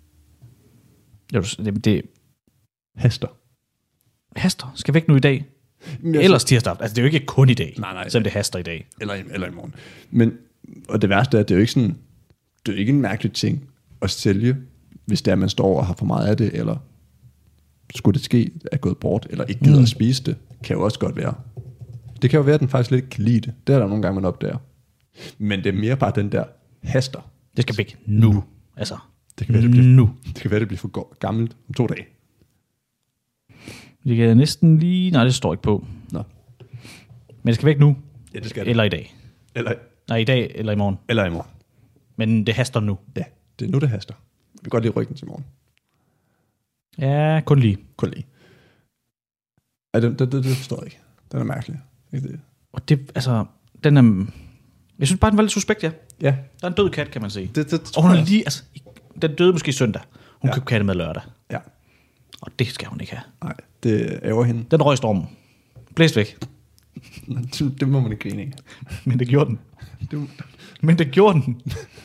Det, det Haster. haster skal væk nu i dag. Ellers tirsdag aften. Altså, det er jo ikke kun i dag. Nej, nej. Selvom det haster i dag. Eller, i- eller i morgen. Men, og det værste er, at det er jo ikke sådan, det er jo ikke en mærkelig ting at sælge, hvis det er, at man står og har for meget af det, eller skulle det ske, er gået bort, eller ikke gider Mm. at spise det, kan jo også godt være. Det kan jo være, at den faktisk lidt ikke kan lide det. Det er der nogle gange, man opdager. Men det er mere bare den der haster. Det skal væk nu. Altså, Det kan være, det bliver, nu. det kan være, det bliver for go- gammelt om to dage. Det kan næsten lige... Nej, det står ikke på. Nå. Men det skal væk nu. Ja, det skal det. Eller i dag. Eller, Nej, i dag eller i morgen. eller i morgen. Men det haster nu. Ja, det er nu, det haster. Vi kan godt lige ryggen til morgen. Ja, kun lige. Kun lige. Ej, det, det, det, det forstår jeg ikke. Den er mærkelig. Ikke det? Og det, altså, den er... Jeg synes bare, den var lidt suspekt, ja. Ja, Der er en død kat, kan man sige. det, det Og tror hun er jeg. lige... Altså, den døde måske søndag. Hun Ja. købte katte med lørdag. Ja, Og det skal hun ikke have. nej, det ærger hende. Den røg stormen. Blæst væk. Det må man ikke grine af. Men det gjorde den. Det, må- Men det gjorde den.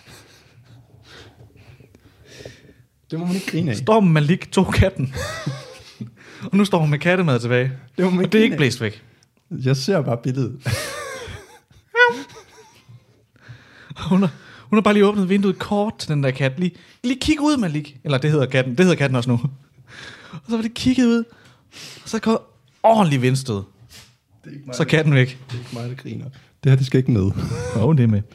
det må man ikke grine af. Stormen Malik tog katten. Og nu står hun med kattemad tilbage. Det må man Og det er ikke grine af. blæst væk. Jeg ser bare billedet. Hun har, hun har bare lige åbnet vinduet kort til den der kat. Lige, lige kig ud, Malik. Eller det hedder katten. Det hedder katten også nu. Og så var det kigget ud. Og så kom ordentlig vindstød. Det er ikke mig, Så er katten væk. det er ikke mig, der griner. Det her, det skal ikke med. Åh, oh, det er med.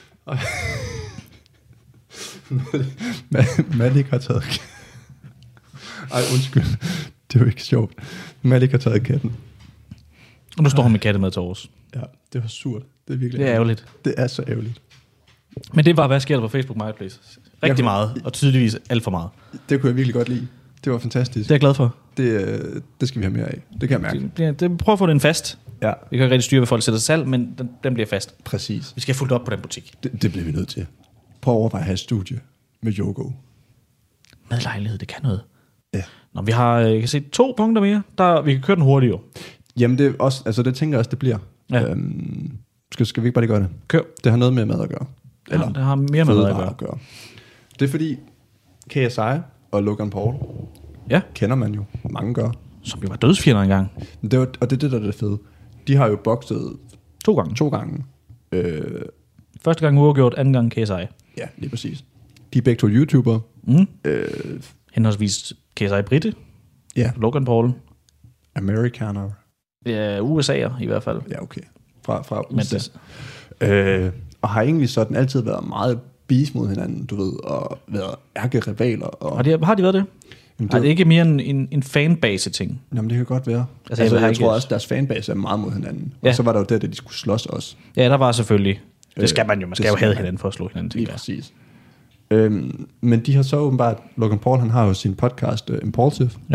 Ma- Malik har taget... Ej, undskyld. Det er jo ikke sjovt. Malik har taget katten. Og nu står hun med kattemad til Aarhus. Ja, det var surt. Det er virkelig Det er ærgerligt. Det er så ærgerligt. Men det var, hvad sker der på Facebook Marketplace? Rigtig Jeg- meget, og tydeligvis alt for meget. Det kunne jeg virkelig godt lide. Det var fantastisk. Det er jeg glad for. Det, øh, det skal vi have mere af. Det kan jeg mærke. Det, bliver- det, prøv at få den fast. Ja, Vi kan ikke rigtig styre, hvad folk sætter til salg, men den, den bliver fast. præcis. Vi skal have fulgt op på den butik. Det, det bliver vi nødt til. Prøv at overveje at have et studie med Yogo. Med lejlighed, det kan noget. Ja. Nå, vi har, jeg kan se to punkter mere. Der, vi kan køre den hurtigt jo. Jamen, det er også, altså det tænker jeg også, det bliver. Ja. Øhm, skal, skal vi ikke bare lige gøre det? Kør. Det har noget med mad at gøre. Eller ja, det har mere med noget at fødevarer gøre. at gøre. Det er fordi, K S I og Logan Paul Ja, kender man jo. Mange gør. som jo var dødsfjender engang. Men Det var, og det er det, der er det fede. De har jo bokset To gange. to gange. Øh, Første gang uafgjort, anden gang K S I. ja, lige præcis. De er begge to YouTubere. Mm. Øh, Henholdsvis K S I Britte, ja, Logan Paul. Amerikaner. Ja, U S A'er i hvert fald. Ja, okay. Fra, fra Men U S A. det, Øh, og har egentlig sådan altid været meget beef mod hinanden, du ved, og været ærkerivaler. Og, har, de, har de været det? Jamen, det er det ikke mere en, en, en fanbase-ting? Jamen, det kan godt være. Altså, altså, jeg, jeg, jeg tror også, at deres fanbase er meget mod hinanden. Ja. Og så var der jo det, at de skulle slås også. Ja, der var selvfølgelig. Det skal man jo. Man skal jo have hinanden for at slå hinanden. Lige præcis. Øhm, men de har så åbenbart, Logan Paul, han har jo sin podcast uh, Impulsive. Ja.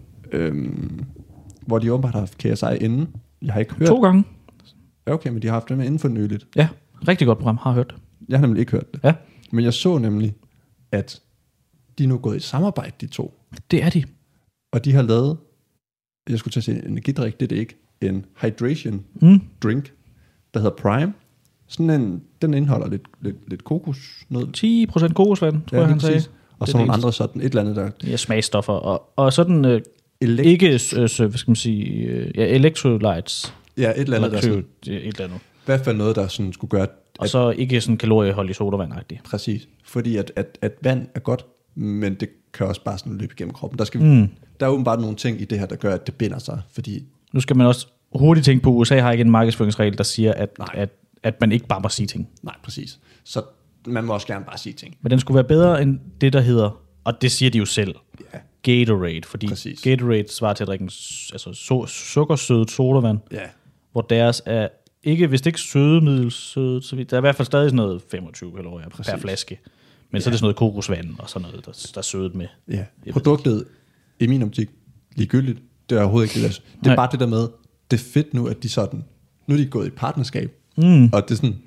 Øhm, hvor de åbenbart har haft K S I inden. Jeg har ikke hørt. To gange. Ja, okay, men de har haft det med inden for nyligt. Ja, rigtig godt program, har hørt det. Jeg har nemlig ikke hørt det. Ja. Men jeg så nemlig, at de er nu gået i samarbejde, de to. Det er de. Og de har lavet, jeg skulle til at sige en energidrik, det er det ikke, en hydration mm. drink, der hedder Prime. Sådan en, den indeholder lidt, lidt, lidt kokos. Noget. ti procent kokosvand, tror ja, jeg, han sagde. Og så nogle andre sådan, et eller andet, der... Ja, smagstoffer. Og, og sådan, øh, Elekt- ikke, øh, så, hvad skal man sige, øh, ja, electrolytes. Ja, et eller andet, der sådan, et eller andet. I hvert fald noget, der sådan skulle gøre... At, og så ikke sådan kaloriehold i sodavand-agtigt. Præcis. Fordi at, at, at vand er godt, men det kan også bare sådan løbe igennem kroppen. Der, skal vi, mm. der er åbenbart nogle ting i det her, der gør, at det binder sig, fordi... Nu skal man også hurtigt tænke på, at U S A har ikke en markedsføringsregel, der siger, at, at, at man ikke bare må sige ting. Nej, præcis. Så man må også gerne bare sige ting. Men den skulle være bedre end det, der hedder, og det siger de jo selv, ja. Gatorade. Fordi præcis. Gatorade svarer til at drikke en, altså, so, sukkersødet sodavand, ja. hvor deres er ikke, hvis det ikke sødemiddelsødet, så der er i hvert fald stadig sådan noget femogtyve kalorier præcis. Per flaske. Men ja. Så er det sådan noget kokosvand og sådan noget, der, der er sødet med. Ja. Produktet, i min optik, ligegyldigt. Det er overhovedet ikke det der. Det er Nej. bare det der med, det er fedt nu, at de sådan, nu er de gået i partnerskab. Mm. Og det er sådan...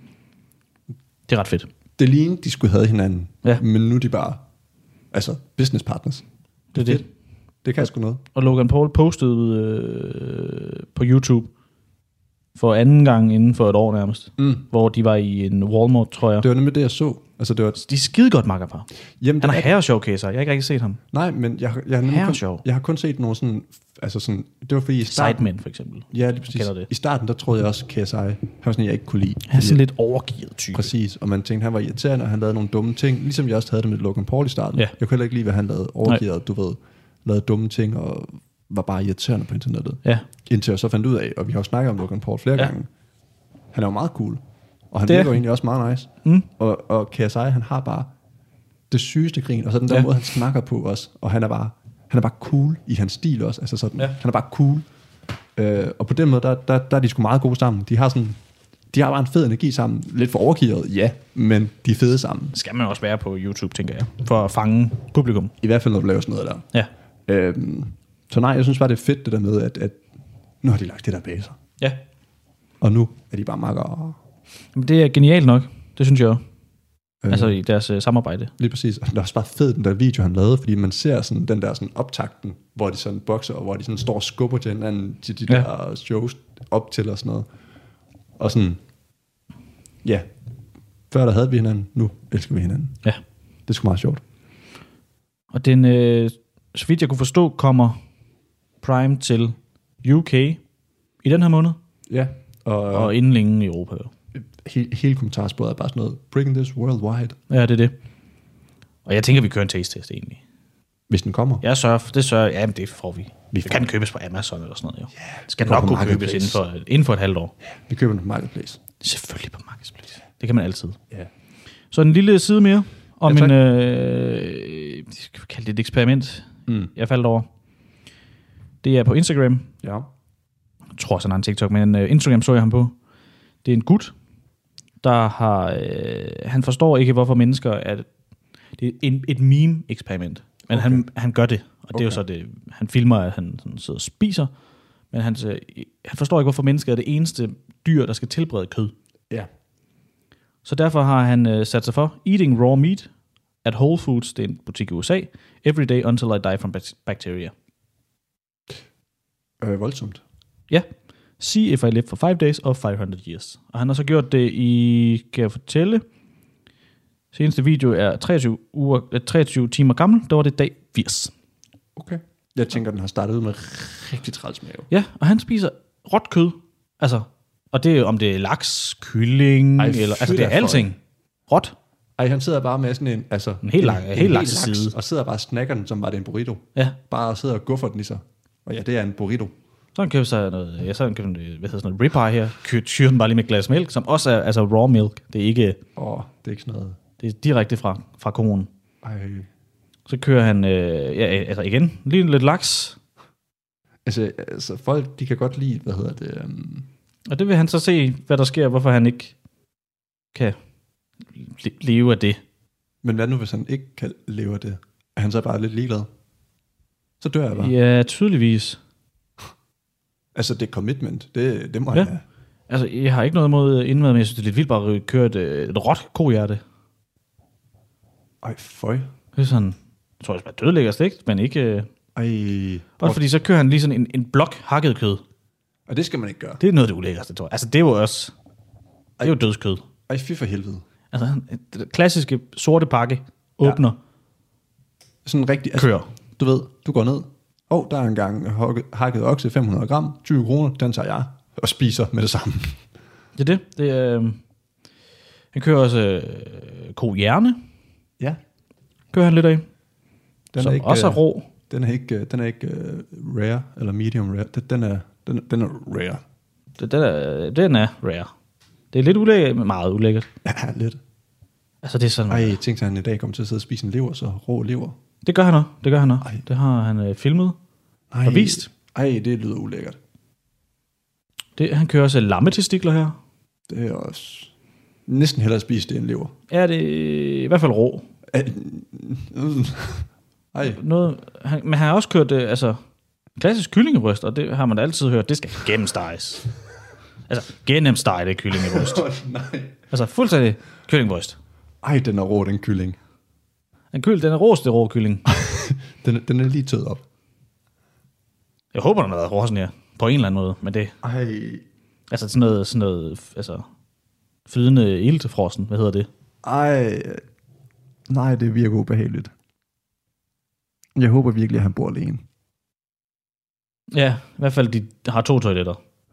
Det er ret fedt. Det lignede, de skulle have hinanden. Ja. Men nu er de bare, altså, business partners. Det er det. Det, det kan sgu noget. Og Logan Paul postede øh, på YouTube for anden gang inden for et år nærmest, mm. hvor de var i en Walmart, tror jeg. Det var nemlig det, jeg så. Altså, det var... De er skide godt makkerpar. Jamen, han er herre-showcaser. Jeg har ikke rigtig set ham. Nej, men jeg, jeg, har kun, jeg har kun set nogle sådan... Altså sådan, det var fordi i starten... Sidemen for eksempel. Ja, lige præcis. I starten, der troede jeg også, K S I, han var sådan, jeg ikke kunne lide. Han er sådan lidt overgivet type. Præcis, og man tænkte, han var irriterende, og han lavede nogle dumme ting. Ligesom jeg også havde det med Logan Paul i starten. Ja. Jeg kunne heller ikke lide, hvad han lavede. Overgivet, du ved, lavede dumme ting, og var bare irriterende på internettet. Ja. Indtil jeg så fandt ud af, og vi har jo snakket om Logan Paul flere ja. gange, han er jo meget cool. Og han det virker jo egentlig også meget nice. Mm. Og, og K S I, han har bare det sygeste grin, og så den der ja. måde, han snakker på også. Og han er bare, han er bare cool i hans stil også. Altså sådan, ja. Han er bare cool. Øh, og på den måde, der, der, der er de sgu meget gode sammen. De har sådan, de har bare en fed energi sammen. Lidt for overkivet, ja, men de er fede sammen. Skal man også være på YouTube, tænker jeg, for at fange publikum. I hvert fald, når du laver sådan noget der. Ja. Øhm, så nej, jeg synes bare, det er fedt det der med, at, at nu har de lagt det der bag sig. Ja. Og nu er de bare makkere. Det er genialt nok, det synes jeg også. Øh, altså i deres uh, samarbejde. Lige præcis. Og det er også bare fedt, den der video, han lavede, fordi man ser sådan den der sådan optakten, hvor de sådan bokser, og hvor de sådan står og skubber til hinanden, til de ja. der shows op til og sådan noget. Og sådan, ja, før der havde vi hinanden, nu elsker vi hinanden. Ja. Det er sgu meget sjovt. Og den, øh, så vidt jeg kunne forstå, kommer Prime til U K i den her måned. Ja. Og, og inden længe i Europa. He, hele kommentarsporet er bare sådan noget, breaking this worldwide. Ja, det er det. Og jeg tænker, vi kører en taste-test egentlig. Hvis den kommer? Jeg sørger, det sørger, ja, men det får vi. Vi får. Kan den købes på Amazon eller sådan noget, jo. Yeah, det skal nok kunne købes inden for, inden for et halvt år. Yeah, vi køber den på Marketplace. Selvfølgelig på Marketplace. Det kan man altid. Ja. Yeah. Så en lille side mere om ja, en, øh, skal vi kalde det et eksperiment, mm. jeg faldt over. Det er på Instagram. Ja. Jeg tror også, han har en TikTok, men uh, Instagram så jeg ham på. Det er en gut, der har... Øh, han forstår ikke, hvorfor mennesker er... Det er en, et meme-eksperiment. Men okay. han, han gør det. Og okay. det er jo så det... Han filmer, at han sådan sidder og spiser. Men han, øh, han forstår ikke, hvorfor mennesker er det eneste dyr, der skal tilberede kød. Ja. Så derfor har han øh, sat sig for eating raw meat at Whole Foods, det er en butik i U S A, every day until I die from bacteria. Øh, voldsomt. Ja. See if I live for five days or five hundred years. Og han har så gjort det i, kan jeg fortælle, seneste video er treogtyve, uger, treogtyve timer gammel, der var det dag firs. Okay. Jeg tænker, den har startet ud med rigtig træls mave. Ja, og han spiser råt kød. Altså, og det er om det er laks, kylling, Ej, eller, altså det er alting. Råt. Ej, han sidder bare med sådan en, altså... En helt lang, en, en, en laks side. Og sidder bare og snakker den, som var det en burrito. Ja. Bare sidder og guffer den i sig. Og ja, det er en burrito. Så han køber sig noget, ja, så han køber, hvad hedder sådan noget ribeye her, kyrer den bare lige med et glas mælk, som også er altså raw milk. Det er ikke... Åh, oh, det er ikke sådan noget... Det er direkte fra, fra konen. Ej. Så kører han, øh, ja, altså igen, lige lidt laks. Altså, altså, folk, de kan godt lide, hvad hedder det... Um... Og det vil han så se, hvad der sker, hvorfor han ikke kan leve af det. Men hvad nu, hvis han ikke kan leve af det? Er han så bare lidt ligeglad? Så dør jeg bare. Ja, tydeligvis. Altså, det er commitment. Det, det må ja. jeg have. Altså, jeg har ikke noget imod indmad, men jeg synes, det er lidt vildt bare at køre et, et råt kohjerte. Ej, føj. Det er sådan, jeg tror, det er dødlækker stegt, men ikke... Øh... Ej. Også fordi så kører han lige sådan en, en blok hakket kød. Og det skal man ikke gøre. Det er noget af det ulækkerste, tror jeg. Altså, det er jo også... Det er jo dødskød. Ej, fy for helvede. Altså, det klassiske sorte pakke åbner. Ja. Sådan rigtig... Altså, kører. Du ved, du går ned. Åh, oh, der er engang hakket okse, fem hundrede gram, tyve kroner, den tager jeg. Og spiser med det samme. Det er det. det er, øh... Han kører også øh, kohjerne. Ja. Kører han lidt af. Den som er ikke, også er rå. Den er ikke, den er ikke uh, rare, eller medium rare. Den er, den, den er rare. Den er, den er rare. Det er lidt ulækkert, men meget ulækkert. Ja, lidt. Altså, det er sådan... Ej, jeg tænkte, at han i dag kommer til at sidde og spise en lever, så rå lever. Det gør han også. Det gør han også. Det har han øh, filmet Ej, og vist. Ej, det lyder ulækkert. Det, han kører også lammetestikler her. Det er også... Næsten hellere spise det end lever. Ja, det er i hvert fald rå. Ej. Noget, han, men han har også kørt øh, altså, klassisk kyllingebryst, og det har man altid hørt, det skal gennemsteges. Altså, gennemstege det kyllingebryst. Oh, nej. Altså, fuldstændig kyllingebryst. Ej, den er rå, den kylling. En kyld, den er råste rå kylling. den, den er lige tød op. Jeg håber, den har været rå sådan her, på en eller anden måde, men det... Ej. Altså, sådan noget, sådan noget altså, flydende iltefrossen, hvad hedder det? Ej, nej, det virker ubehageligt. Jeg håber virkelig, at han bor alene. Ja, i hvert fald, de har to toiletter.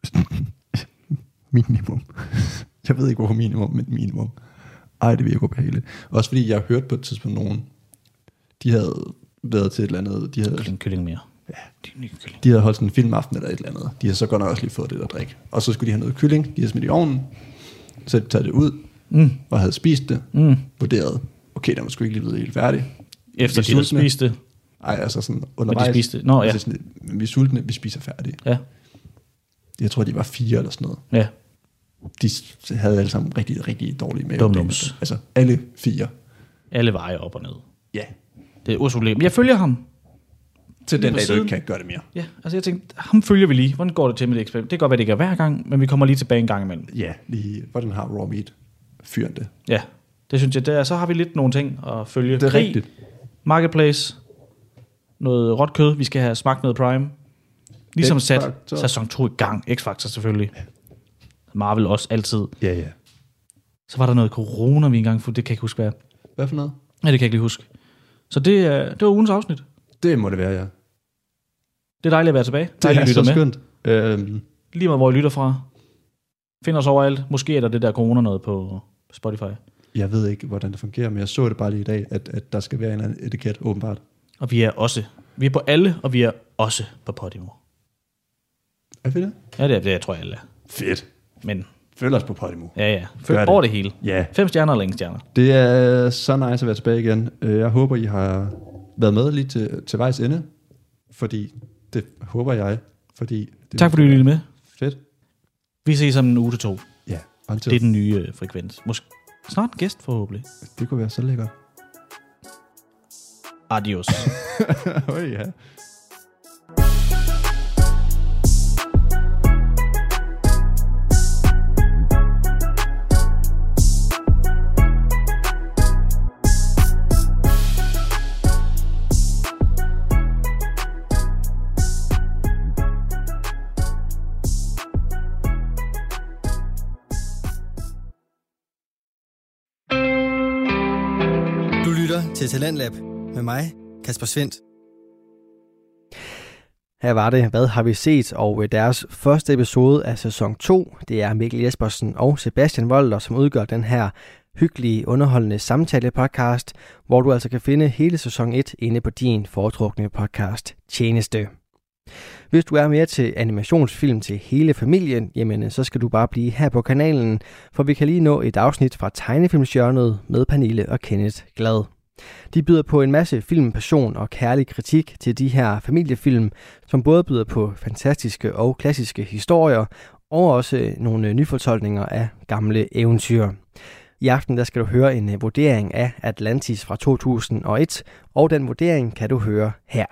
Minimum. Jeg ved ikke, hvorfor minimum, men minimum. Ej, det virker ubehageligt. Også fordi, jeg har hørt på et tidspunkt nogen, de havde været til et eller andet, de havde... Kylling, kylling mere. Ja, de havde holdt sådan en filmaften eller et eller andet. De havde så godt nok også lige fået det der drik. Og så skulle de have noget kylling, de havde smidt i ovnen, så de taget det ud, mm. og havde spist det, mm. vurderet, okay, den var sgu ikke lige blevet helt færdig. Efter de havde spist det? Ej, altså sådan undervejs. Men de spiste det? Nå, ja. Altså sådan, vi er sultne, vi spiser færdigt. Ja. Jeg tror, de var fire eller sådan noget. Ja. De havde alle sammen rigtig, rigtig dårlige mave. Dumlums. Altså, alle fire. Alle veje op og ned. Ja. Det er usolem. Jeg følger ham. Til den dag, du ikke kan gøre det mere. Ja, altså jeg tænkte, ham følger vi lige. Hvordan går det til med det eksperiment? Det kan godt være, det ikke er hver gang, men vi kommer lige tilbage en gang imellem. Ja, lige, hvordan har raw meat fyren det? Ja, det synes jeg. Der, så har vi lidt nogle ting at følge. Det er Krig, rigtigt. Marketplace, noget råt kød. Vi skal have smagt noget Prime. Ligesom sat sæson to i gang. X-Factor selvfølgelig. Ja. Marvel også altid. Ja, ja. Så var der noget corona, vi engang fulgte. Det kan jeg ikke huske, hvad. Hvad for noget? Ja, det kan jeg ikke lige huske. Så det, det var ugens afsnit. Det må det være, ja. Det er dejligt at være tilbage. Det er så med. skønt. Øhm. Lige meget, hvor I lytter fra. Find os overalt. Måske er der det der corona noget på Spotify. Jeg ved ikke, hvordan det fungerer, men jeg så det bare lige i dag, at, at der skal være en eller anden etiket, åbenbart. Og vi er også. Vi er på alle, og vi er også på Podimo. Er vi det? Ja, det er det, jeg tror jeg alle er. Fedt. Men følg os på Podimo. Ja, ja. Følg over det hele. Ja. Fem stjerner eller ingen stjerner. Det er så nice at være tilbage igen. Jeg håber, I har været med lige til, til vejs ende. Fordi det håber jeg. Fordi det tak fordi du lyttede med. Fedt. Vi ses om en uge til to. Ja. Det er den nye øh, frekvens. Måske snart en gæst forhåbentlig. Det kunne være så lækkert. Adios. Oj, ja. Til Talentlab med mig, Kasper Svendt. Her var det, hvad har vi set, og deres første episode af sæson to, det er Mikkel Jespersen og Sebastian Volter, som udgør den her hyggelige, underholdende samtale-podcast, hvor du altså kan finde hele sæson et inde på din foretrukne podcast tjeneste. Hvis du er mere til animationsfilm til hele familien, jamen så skal du bare blive her på kanalen, for vi kan lige nå et afsnit fra Tegnefilmshjørnet med Pernille og Kenneth Glad. De byder på en masse filmpassion og kærlig kritik til de her familiefilm, som både byder på fantastiske og klassiske historier, og også nogle nyfortolkninger af gamle eventyr. I aften der skal du høre en vurdering af Atlantis fra to tusind og et, og den vurdering kan du høre her.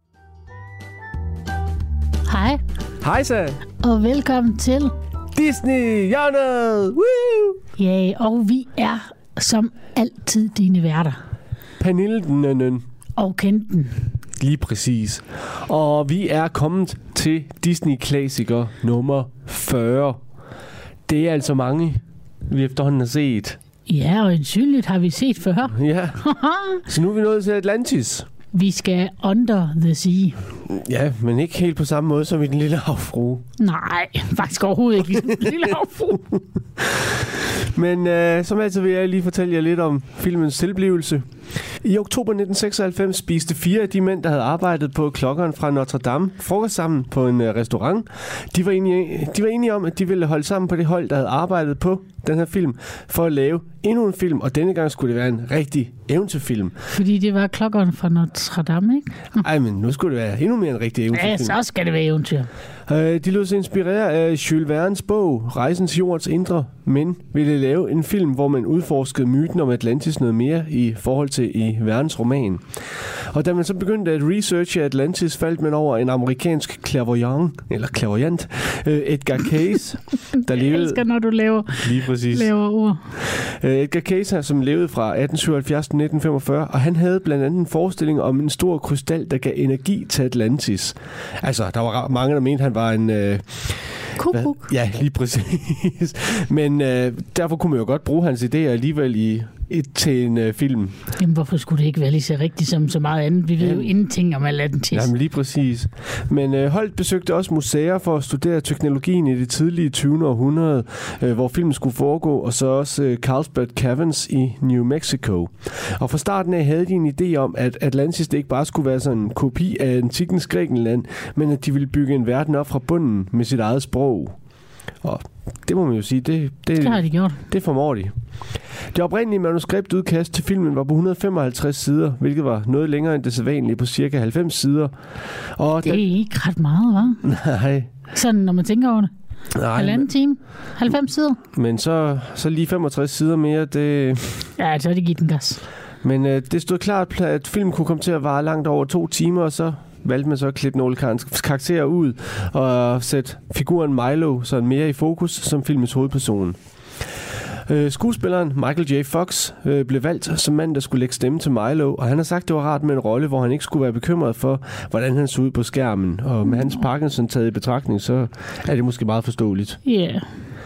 Hej. Hej så. Og velkommen til Disney hjørnet. Woo! Ja, og vi er som altid dine værter. Pernille den og Kenten. Lige præcis. Og vi er kommet til Disney-klassiker nummer fyrre. Det er altså mange, vi efterhånden har set. Ja, og ensynligt har vi set før. Ja. Så nu er vi nået til Atlantis. Vi skal under the sea. Ja, men ikke helt på samme måde som i Den Lille Havfrue. Nej, faktisk overhovedet ikke ligesom Den Lille Havfrue. Men øh, som altid vil jeg lige fortælle jer lidt om filmens tilblivelse. I oktober nitten seksoghalvfems spiste fire af de mænd, der havde arbejdet på klokkeren fra Notre Dame, frokost sammen på en øh, restaurant. De var, enige, de var enige om, at de ville holde sammen på det hold, der havde arbejdet på den her film, for at lave endnu en film, og denne gang skulle det være en rigtig eventyrfilm. Fordi det var klokkeren fra Notre Dame, ikke? Ej, men nu skulle det være endnu mere en rigtig eventyrfilm. Ja, så skal det være eventyr. Øh, de lod sig inspirere af Jules Vernes bog, Rejsen til jordens indre, men ville lave en film, hvor man udforskede myten om Atlantis noget mere i forhold til i Vernes roman. Og da man så begyndte at researche Atlantis, faldt man over en amerikansk clairvoyant, eller clairvoyant, øh, Edgar Cayce, der levede... Jeg elsker, når du laver, lige præcis. laver ord. Øh, Edgar Cayce, som levede fra atten syvoghalvfjerds til nitten femogfyrre, og han havde blandt andet en forestilling om en stor krystal, der gav energi til Atlantis. Altså, der var mange, der mente, han var en... Øh, Kukuk. Ja, lige præcis. Men øh, derfor kunne man jo godt bruge hans idéer alligevel i, i, til en øh, film. Jamen, hvorfor skulle det ikke være lige så rigtigt som så meget andet? Vi ved Jamen, jo ingenting om Atlantis. Jamen, lige præcis. Men øh, Holt besøgte også museer for at studere teknologien i det tidlige tyvende århundrede, øh, hvor filmen skulle foregå, og så også øh, Carlsbad Caverns i New Mexico. Og fra starten af havde de en idé om, at Atlantis det ikke bare skulle være sådan en kopi af antikkens Grækenland, men at de ville bygge en verden op fra bunden med sit eget sprog. Og det må man jo sige, det, det, det har de gjort. Det formår de. Det oprindelige manuskriptudkast til filmen var på et hundrede og femoghalvtreds sider, hvilket var noget længere end det sædvanlige på cirka halvfems sider. Og det er da... ikke ret meget, hva'? Nej. Sådan, når man tænker over det. Nej, halvanden time. halvfems sider. Men så, så lige femogtres sider mere, det... Ja, så er det givet den gas. Men øh, det stod klart, at filmen kunne komme til at vare langt over to timer, og så valgte man så at klippe nogle karakterer ud og sætte figuren Milo sådan mere i fokus som filmens hovedperson. Øh, skuespilleren Michael J. Fox øh, blev valgt som mand, der skulle lægge stemme til Milo, og han har sagt, at det var rart med en rolle, hvor han ikke skulle være bekymret for, hvordan han så ud på skærmen. Og med hans Parkinson taget i betragtning, så er det måske meget forståeligt. Ja. Yeah.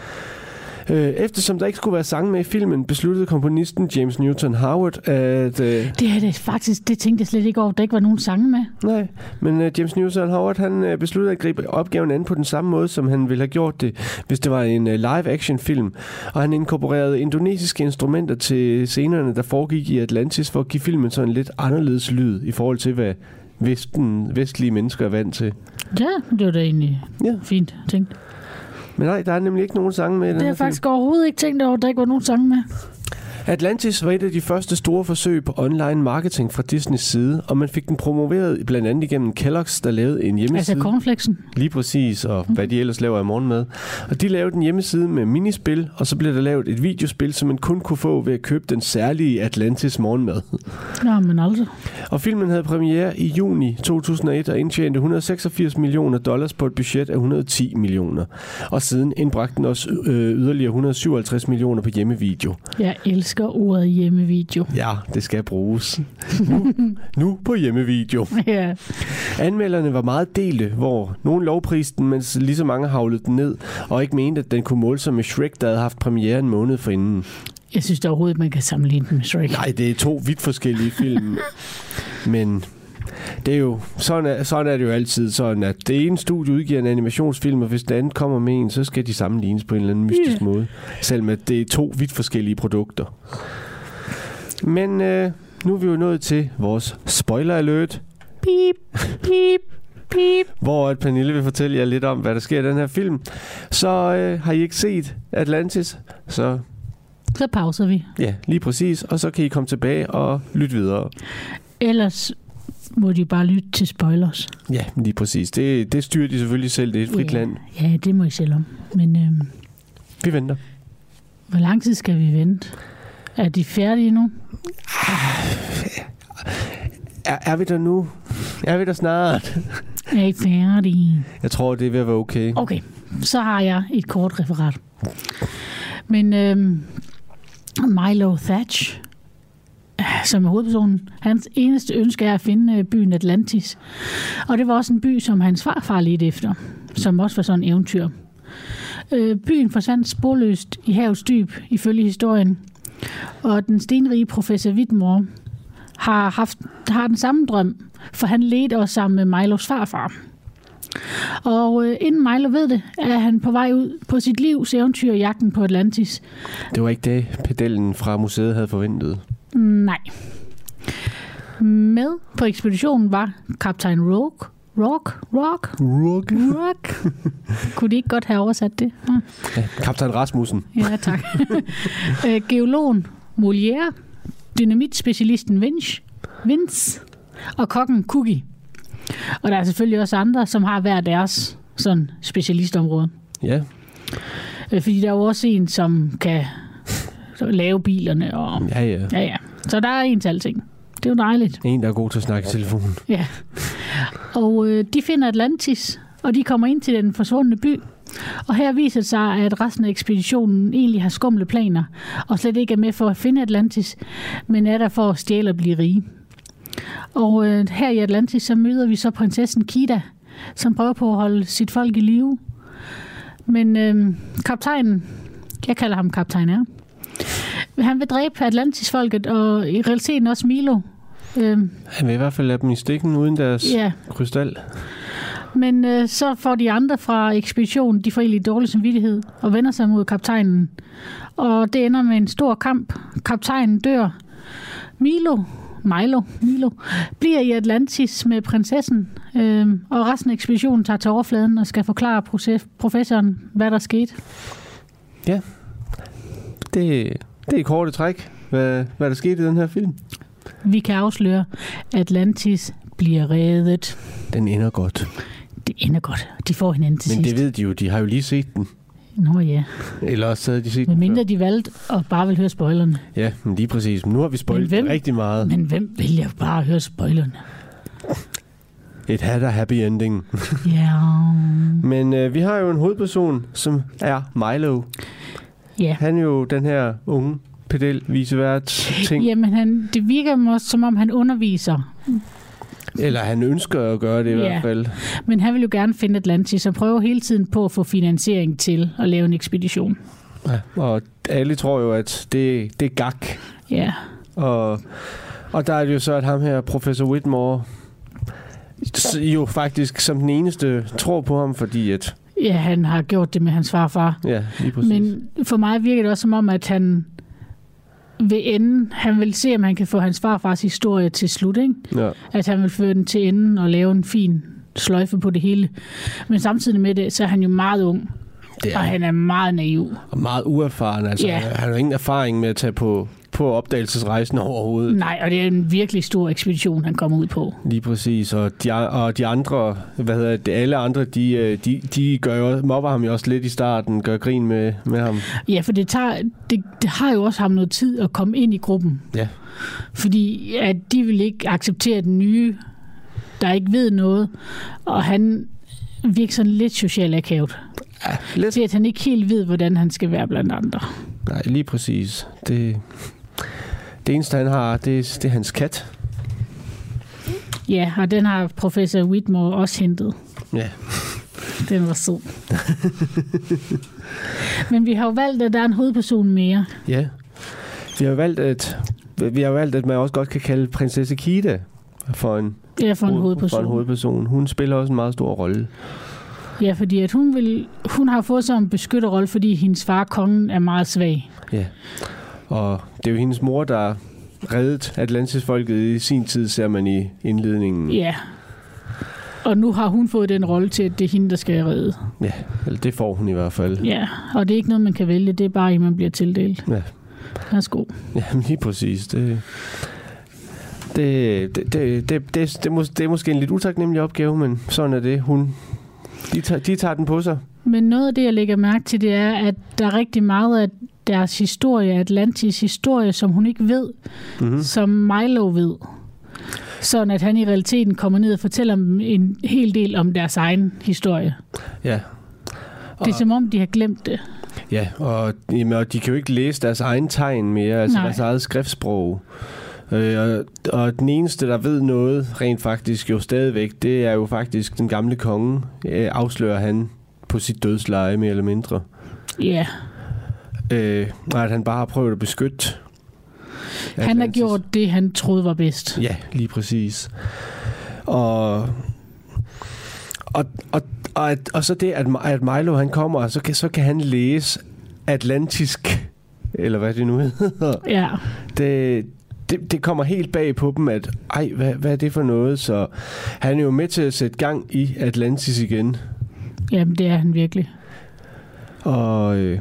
Eftersom der ikke skulle være sange med i filmen, besluttede komponisten James Newton Howard at... Uh... Det er det faktisk, det tænkte jeg slet ikke over, at der ikke var nogen sange med. Nej, men uh, James Newton Howard, han uh, besluttede at gribe opgaven an på den samme måde, som han ville have gjort det, hvis det var en uh, live-action film. Og han inkorporerede indonesiske instrumenter til scenerne, der foregik i Atlantis, for at give filmen sådan en lidt anderledes lyd i forhold til, hvad vesten, vestlige mennesker er vant til. Ja, det var da egentlig ja. fint tænkt. Men nej, der er nemlig ikke nogen sange med i den Det har jeg faktisk overhovedet ikke tænkt over, at der ikke var nogen sange med. Atlantis var et af de første store forsøg på online marketing fra Disneys side, og man fik den promoveret blandt andet igennem Kellogg's, der lavede en hjemmeside. Altså cornflakesen? Lige præcis, og hvad de ellers laver i morgenmad. Og de lavede en hjemmeside med minispil, og så blev der lavet et videospil, som man kun kunne få ved at købe den særlige Atlantis morgenmad. Ja, men altså. Og filmen havde premiere i juni to tusind og et og indtjente et hundrede og seksogfirs millioner dollars på et budget af et hundrede og ti millioner. Og siden indbragte den også øh, yderligere et hundrede og syvoghalvtreds millioner på hjemmevideo. Jeg elsker ordet hjemmevideo. Ja, det skal bruges. Nu, nu på hjemmevideo. Ja. Anmelderne var meget delte, hvor nogen lovpriste den, mens lige så mange havlede den ned, og ikke mente, at den kunne måle sig med Shrek, der havde haft premiere en måned forinden. Jeg synes da overhovedet, man kan sammenligne den med Shrek. Nej, det er to vidt forskellige film. Men det er jo, sådan er, sådan er det jo altid sådan, at det ene studie udgiver en animationsfilm, og hvis det andet kommer med en, så skal de sammenlignes på en eller anden mystisk yeah. måde. Selvom at det er to vidt forskellige produkter. Men øh, nu er vi jo nået til vores spoiler alert. Beep, beep, beep. Hvor at Pernille vil fortælle jer lidt om, hvad der sker i den her film. Så øh, har I ikke set Atlantis, så Så pauser vi. Ja, lige præcis. Og så kan I komme tilbage og lytte videre. Ellers må de bare lytte til spoilers. Ja, lige præcis. Det, det styrer de selvfølgelig selv. Det er et frit ja. land. Ja, det må I selv om. Men øhm, vi venter. Hvor lang tid skal vi vente? Er de færdige nu? Er, er vi der nu? Er vi der snart? Er I færdige? Jeg tror, det er ved at være okay. Okay, så har jeg et kort referat. Men øhm, Milo Thatch, som er hovedpersonen, hans eneste ønske er at finde byen Atlantis. Og det var også en by, som hans farfar ledte efter, som også var sådan en eventyr. Øh, byen forsvandt sporløst i havets dyb, ifølge historien. Og den stenrige professor Whitmore har, haft, har den samme drøm, for han ledte også sammen med Milos farfar. Og øh, inden Milo ved det, er han på vej ud på sit livs eventyr i jagten på Atlantis. Det var ikke det, pedellen fra museet havde forventet. Nej. Med på ekspeditionen var kaptajn Rogue. Rock? Rock? Rock? Rock? Kunne de ikke godt have oversat det? Ja. Ja, kaptajn Rasmussen. Ja, tak. Geologen Molière, dynamitspecialisten Vince, Vince og kokken Cookie. Og der er selvfølgelig også andre, som har hver deres sådan specialistområde. Ja. Fordi der er jo også en, som kan lave bilerne. Og, ja, ja. ja, ja. Så der er en til alting. Det er jo dejligt. En, der er god til at snakke i telefonen. Ja. Og øh, de finder Atlantis, og de kommer ind til den forsvundne by. Og her viser det sig, at resten af ekspeditionen egentlig har skumle planer, og slet ikke er med for at finde Atlantis, men er der for at stjæle og blive rige. Og øh, her i Atlantis, så møder vi så prinsessen Kida, som prøver på at holde sit folk i live. Men øh, kaptajnen, jeg kalder ham kaptajn R, han vil dræbe Atlantis-folket, og i realiteten også Milo. Øh, han vil i hvert fald lade dem i stikken uden deres ja. krystal. Men øh, så får de andre fra ekspeditionen, de får egentlig dårlig samvittighed og vender sig mod kaptajnen. Og det ender med en stor kamp. Kaptajnen dør. Milo, Milo, Milo bliver i Atlantis med prinsessen, øh, og resten af ekspeditionen tager til overfladen og skal forklare proces- professoren, hvad der skete. Ja, det, det er korte træk, hvad, hvad der skete i den her film. Vi kan afsløre, at Atlantis bliver reddet. Den ender godt. Det ender godt. De får hinanden til Men sidst. det ved de jo, de har jo lige set den. Nå ja. Eller også havde de set Men mindre de valgte at bare vil høre spoilerne. Ja, men lige præcis. Men nu har vi spoilet hvem, rigtig meget. Men hvem vælger bare at høre spoilerne? It had a happy ending. Ja. Yeah. Men øh, vi har jo en hovedperson, som er Milo. Ja. Yeah. Han er jo den her unge pedel visevært ting. Jamen, han, det virker også, som om han underviser. Eller han ønsker at gøre det i ja. hvert fald. Men han vil jo gerne finde Atlantis og prøve hele tiden på at få finansiering til at lave en ekspedition. Ja, og alle tror jo, at det, det er gak. Ja. Og, og der er det jo så, at ham her, professor Whitmore, jo faktisk som den eneste tror på ham, fordi at... Ja, han har gjort det med hans farfar. Ja, lige præcis. Men for mig virker det også som om, at han ved enden, han vil se, om han kan få hans farfars historie til slut, ikke? Ja. At han vil føre den til enden og lave en fin sløjfe på det hele. Men samtidig med det, så er han jo meget ung. Og han er meget naiv. Og meget uerfaren. Altså, ja. Han har jo ingen erfaring med at tage på, på opdagelsesrejsen overhovedet. Nej, og det er en virkelig stor ekspedition, han kommer ud på. Lige præcis. Og de, og de andre, hvad hedder det, alle andre, de, de, de gør jo, mobber ham jo også lidt i starten, gør grin med, med ham. Ja, for det, tager, det, det har jo også ham noget tid at komme ind i gruppen. Ja. Fordi at de vil ikke acceptere den nye, der ikke ved noget. Og han virker sådan lidt socialt akavet. Ja, lidt. Til at han ikke helt ved, hvordan han skal være blandt andre. Nej, lige præcis. Det, det eneste, han har, det, det er hans kat. Ja, og den har professor Whitmore også hentet. Ja. Den var sød. Men vi har jo valgt, at der er en hovedperson mere. Ja. Vi har valgt, at, vi har valgt, at man også godt kan kalde prinsesse Kida for en, ja, for en, hovedperson. for en hovedperson. Hun spiller også en meget stor rolle. Ja, fordi at hun, vil, hun har fået sig en beskytterrolle, fordi hendes far, kongen, er meget svag. Ja, og det er jo hendes mor, der reddet Atlantis-folket i sin tid, ser man i indledningen. Ja, og nu har hun fået den rolle til, at det er hende, der skal redde. Ja, eller det får hun i hvert fald. Ja, og det er ikke noget, man kan vælge, det er bare en, man bliver tildelt. Ja, Værsgo. Jamen lige præcis. Det, det, det, det, det, det, det, mås, det er måske en lidt utaknemmelig opgave, men sådan er det. Hun, de, tager, de tager den på sig. Men noget af det, jeg lægger mærke til, det er, at der er rigtig meget af deres historie, Atlantis historie, som hun ikke ved, mm-hmm. som Milo ved. Sådan at han i realiteten kommer ned og fortæller dem en hel del om deres egen historie. Ja. Og det er som om, de har glemt det. Ja, og, jamen, og de kan jo ikke læse deres egen tegn mere, altså Nej. deres eget skriftsprog. Øh, og, og den eneste, der ved noget rent faktisk jo stadigvæk, det er jo faktisk den gamle konge, øh, afslører han på sit dødsleje mere eller mindre. Ja. Øh, og at han bare har prøvet at beskytte Han Atlantis. Har gjort det, han troede var bedst. Ja, lige præcis. Og, og, og, og, at, og så det, at, at Milo han kommer, så kan, så kan han læse atlantisk, eller hvad det nu hedder. Ja. Det, det, det kommer helt bag på dem, at ej, hvad, hvad er det for noget? Så han er jo med til at sætte gang i Atlantis igen. Jamen, det er han virkelig. Og... Øh,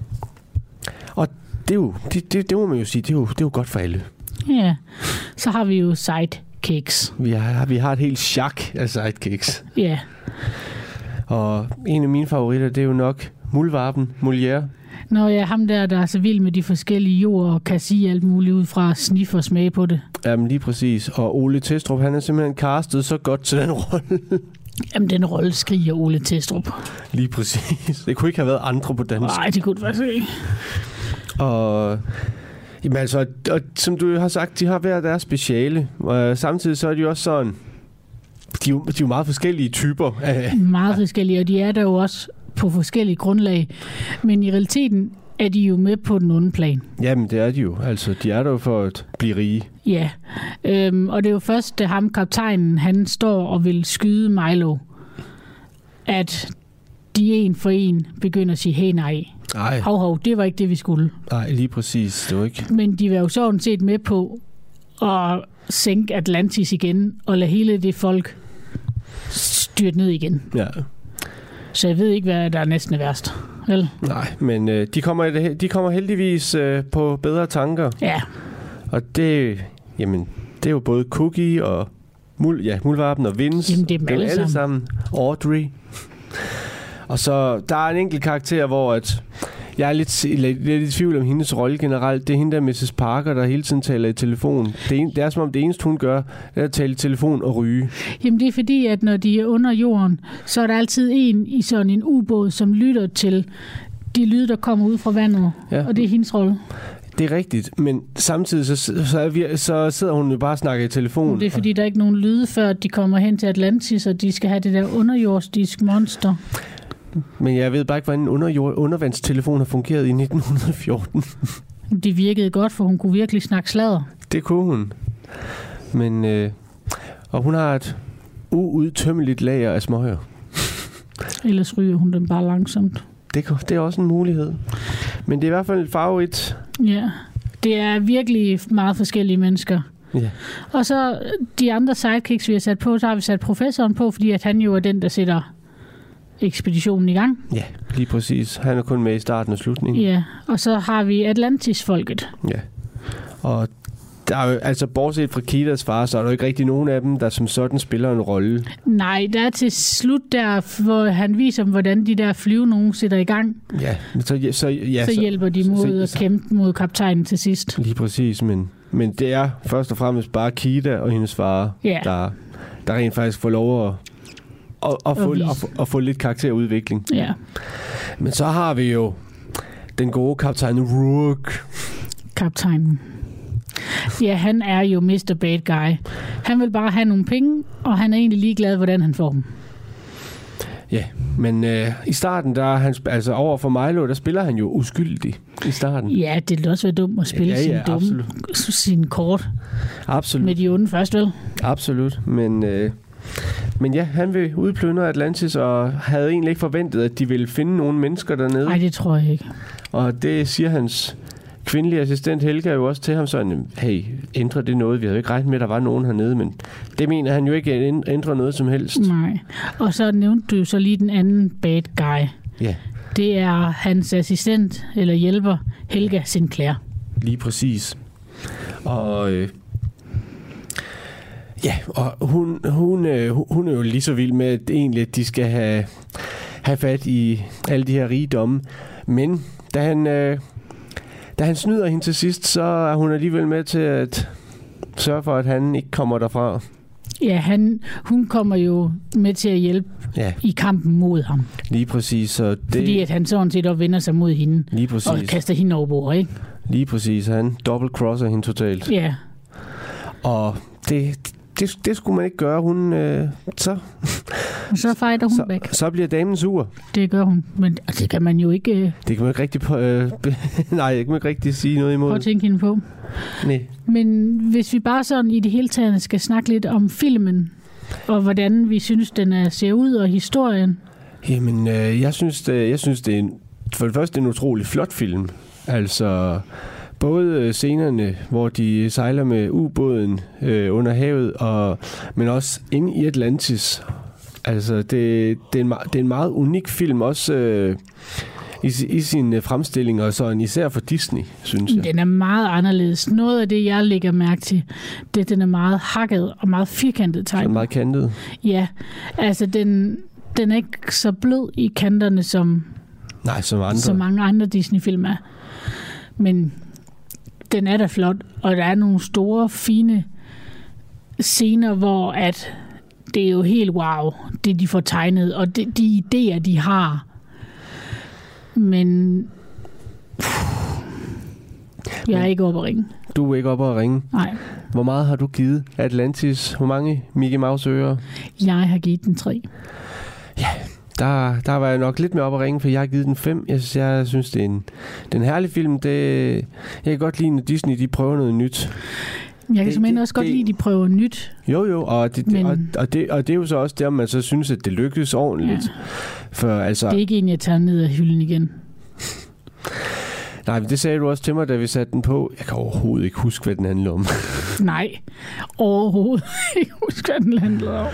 og det, er jo, det, det, det må man jo sige, det er jo, det er jo godt for alle. Ja, så har vi jo sidekicks. Vi har, vi har et helt chak af sidekicks. Ja. Og en af mine favoritter, det er jo nok Muldvarpen, Molière. Nå ja, ham der, der er så vild med de forskellige jord og kan sige alt muligt ud fra snif og smage på det. Jamen lige præcis. Og Ole Testrup, han er simpelthen castet så godt til den rolle. Jamen, den rolle skriger Ole Testrup. Lige præcis. Det kunne ikke have været andre på dansk. Nej, det kunne det faktisk ikke. Og, jamen altså, og som du har sagt, de har hver deres speciale. Og samtidig så er de jo også sådan, de er jo, de er jo meget forskellige typer. Meget forskellige, og de er der jo også på forskellige grundlag. Men i realiteten er de jo med på den onde plan. Jamen, det er de jo. Altså, de er der jo for at blive rige. Ja, øhm, og det er jo først, da ham, kaptajnen, han står og vil skyde Milo, at de en for en begynder at sige, hey nej, Ej. hov hov, det var ikke det, vi skulle. Nej, lige præcis, det var ikke. Men de var jo sådan set med på at sænke Atlantis igen, og lade hele det folk styrte ned igen. Ja. Så jeg ved ikke, hvad der er næsten er værst. Vel? Nej, men øh, de, kommer, de kommer heldigvis øh, på bedre tanker. Ja. Og det, jamen, det er jo både Cookie og Mul, ja, Muldvarpen og Vince. Jamen, det er dem alle, alle sammen. sammen. Audrey. Og så der er en enkelt karakter, hvor at jeg er lidt, lidt, lidt i tvivl om hendes rolle generelt. Det er hende der, missus Parker, der hele tiden taler i telefon. Det er, en, det er som om det eneste, hun gør, er at tale i telefon og ryge. Jamen det er fordi, at når de er under jorden, så er der altid en i sådan en ubåd, som lytter til de lyde, der kommer ud fra vandet. Ja. Og det er hendes rolle. Det er rigtigt, men samtidig så, så, er vi, så sidder hun jo bare og snakker i telefon. Det er fordi, der er ikke nogen lyde, før de kommer hen til Atlantis, og de skal have det der underjordisk monster. Men jeg ved bare ikke, hvordan en underjord, undervandstelefon har fungeret i nitten fjorten. Det virkede godt, for hun kunne virkelig snakke sladder. Det kunne hun. Men, øh, og hun har et uudtømmeligt lager af småhør. Ellers ryger hun dem bare langsomt. Det, det er også en mulighed. Men det er i hvert fald et favorit. Ja, det er virkelig meget forskellige mennesker. Ja. Og så de andre sidekicks, vi har sat på, så har vi sat professoren på, fordi at han jo er den, der sætter ekspeditionen i gang. Ja, lige præcis. Han er kun med i starten og slutningen. Ja, og så har vi Atlantis-folket. Ja, og der er jo, altså bortset fra Kitas far, så er der jo ikke rigtig nogen af dem, der som sådan spiller en rolle. Nej, der er til slut der, hvor han viser dem, hvordan de der flyve nogen sætter i gang. Ja, så, så, ja, så hjælper de mod så, at kæmpe mod kaptajnen til sidst. Lige præcis, men, men det er først og fremmest bare Kita og hendes far, ja. der, der rent faktisk får lov at Og, og, få, og, få, og få lidt karakterudvikling. Ja. Men så har vi jo den gode kaptajn Rourke. Kaptajnen. Ja, han er jo mister Bad Guy. Han vil bare have nogle penge, og han er egentlig ligeglad, hvordan han får dem. Ja, men øh, i starten, der han, altså over for Milo, der spiller han jo uskyldig i starten. Ja, det vil også være dumt at spille ja, ja, sin, dumme, sin kort absolut. Med de onde først, vel? Absolut, men... Øh, Men ja, han vil udplyndre Atlantis, og havde egentlig ikke forventet, at de ville finde nogle mennesker dernede. Nej, det tror jeg ikke. Og det siger hans kvindelige assistent Helga jo også til ham sådan, hey, ændrer det noget? Vi havde ikke regnet med, at der var nogen hernede, men det mener han jo ikke ændrer noget som helst. Nej, og så nævnte du så lige den anden bad guy. Ja. Det er hans assistent, eller hjælper, Helga Sinclair. Lige præcis. Og øh, ja, og hun, hun, øh, hun er jo lige så vild med, at egentlig at de skal have, have fat i alle de her rigdomme. Men da han, øh, da han snyder hende til sidst, så er hun alligevel med til at sørge for, at han ikke kommer derfra. Ja, han, hun kommer jo med til at hjælpe ja. i kampen mod ham. Lige præcis. Så det, fordi at han sådan set også vender sig mod hende. Lige præcis. Og kaster hende over bord, ikke? Lige præcis. Han double-crosser hende totalt. Ja. Og det, det, det skulle man ikke gøre. Hun, øh, så... så fighter hun så, væk. Så bliver damen sur. Det gør hun. Men det kan man jo ikke... Øh, det kan man ikke rigtig... Øh, nej, det kan man ikke rigtig sige noget imod. Prøv at tænke hende på. Nej. Men hvis vi bare sådan i det hele taget skal snakke lidt om filmen, og hvordan vi synes, den er, ser ud, og historien. Jamen, øh, jeg synes, det, jeg synes, det er en, for det første en utrolig flot film. Altså, både scenerne, hvor de sejler med ubåden øh, under havet, og, men også inde i Atlantis. Altså, det, det, er, en, det er en meget unik film, også øh, i, i sin fremstilling, og sådan især for Disney, synes jeg. Den er meget anderledes. Noget af det, jeg lægger mærke til, det er, den er meget hakket og meget firkantet tegnet. Så meget kantet. Ja, altså den, den er ikke så blød i kanterne, som, Nej, som, andre. som mange andre Disney-film er. Men den er da flot, og der er nogle store, fine scener, hvor at det er jo helt wow, det de får tegnet, og de, de idéer, de har. Men pff, jeg er ikke oppe at ringe. Du er ikke oppe at ringe? Nej. Hvor meget har du givet Atlantis? Hvor mange Mickey Mouse ører? Jeg har givet den tre. Ja, der, der var jeg nok lidt mere oppe at ringe, for jeg har givet den fem. Jeg, jeg synes, det er en, det er en herlig film. Det, jeg kan godt lide, når Disney de prøver noget nyt. Jeg kan simpelthen også det, godt lide, at de prøver nyt. Jo, jo, og det, men, og, og, det, og det er jo så også der, man så synes, at det lykkes ordentligt. Ja. For, altså, det er ikke en, jeg tager ned af hylden igen. Nej, men det sagde du også til mig, da vi satte den på. Jeg kan overhovedet ikke huske, hvad den handler om. Nej, overhovedet ikke huske, hvad den handler om.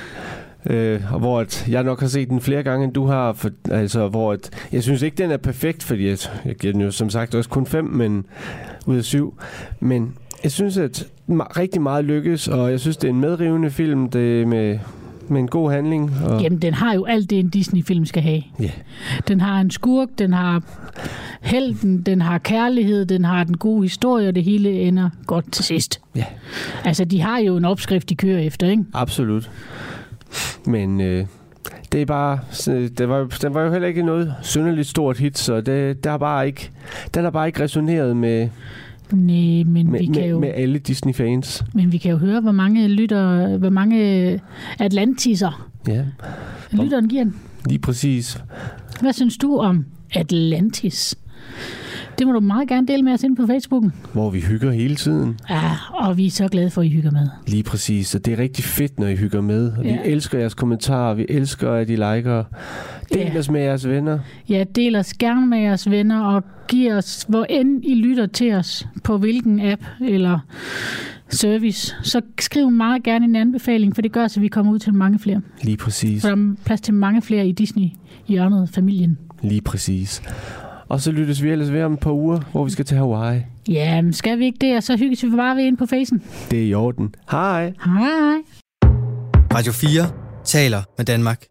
Øh, og hvor at jeg nok har set den flere gange, end du har. For, altså, hvor at, jeg synes ikke, den er perfekt, fordi at, jeg giver den jo som sagt også kun fem, men ud af syv. Men jeg synes, at rigtig meget lykkes, og jeg synes, det er en medrivende film, det med, med en god handling. Og jamen, den har jo alt det, en Disney-film skal have. Yeah. Den har en skurk, den har helten, den har kærlighed, den har den gode historie, og det hele ender godt til sidst. Ja. Altså, de har jo en opskrift, de kører efter, ikke? Absolut. Men øh, det er bare, det var, den var jo heller ikke noget synderligt stort hit, så det, det har bare ikke, den har bare ikke resoneret med, Nej, men med, vi kan med, jo, med alle Disney-fans. Men vi kan jo høre, hvor mange lytter, hvor mange Atlantiser ja. lytteren giver den. Lige præcis. Hvad synes du om Atlantis? Det må du meget gerne dele med os ind på Facebooken. Hvor vi hygger hele tiden. Ja, og vi er så glade for, at I hygger med. Lige præcis, og det er rigtig fedt, når I hygger med. Og ja. Vi elsker jeres kommentarer, vi elsker, at I liker. Del ja. os med jeres venner. Ja, del os gerne med jeres venner, og giv os, hvor end I lytter til os, på hvilken app eller service, så skriv meget gerne en anbefaling, for det gør, så vi kommer ud til mange flere. Lige præcis. For der er plads til mange flere i Disney-hjørnet, familien. Lige præcis. Og så lyttes vi ellers ved om et par uger, hvor vi skal til Hawaii. Ja, men skal vi ikke det, og så hygges vi bare ved ind på facen. Det er i orden. Hej. Hej. Radio fire taler med Danmark.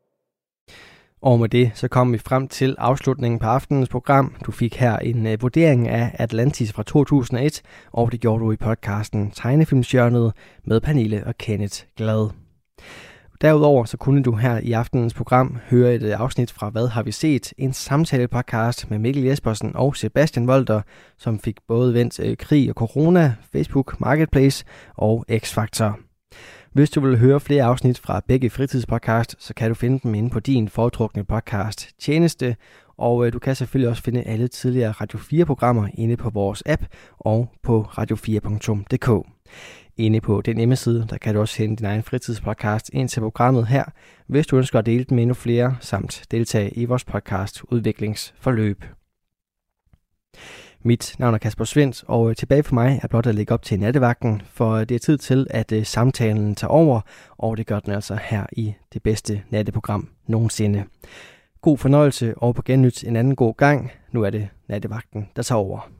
Og med det, så kom vi frem til afslutningen på aftenens program. Du fik her en uh, vurdering af Atlantis fra to tusind og et, og det gjorde du i podcasten Tegnefilmshjørnet med Pernille og Kenneth Glad. Derudover så kunne du her i aftenens program høre et afsnit fra Hvad har vi set? En samtale-podcast med Mikkel Jespersen og Sebastian Volter, som fik både vendt øh, krig og corona, Facebook Marketplace og X-Factor. Hvis du vil høre flere afsnit fra begge fritidspodcast, så kan du finde dem inde på din foretrukne podcast tjeneste, og øh, du kan selvfølgelig også finde alle tidligere Radio fire-programmer inde på vores app og på radio fire punktum d k. Inde på den hjemmeside, der kan du også hente din egen fritidspodcast ind til programmet her, hvis du ønsker at dele den med endnu flere, samt deltage i vores podcast udviklingsforløb. Mit navn er Kasper Svendt, og tilbage for mig er blot at lægge op til nattevagten, for det er tid til, at samtalen tager over, og det gør den altså her i det bedste natteprogram nogensinde. God fornøjelse, og på gennyt en anden god gang. Nu er det nattevagten, der tager over.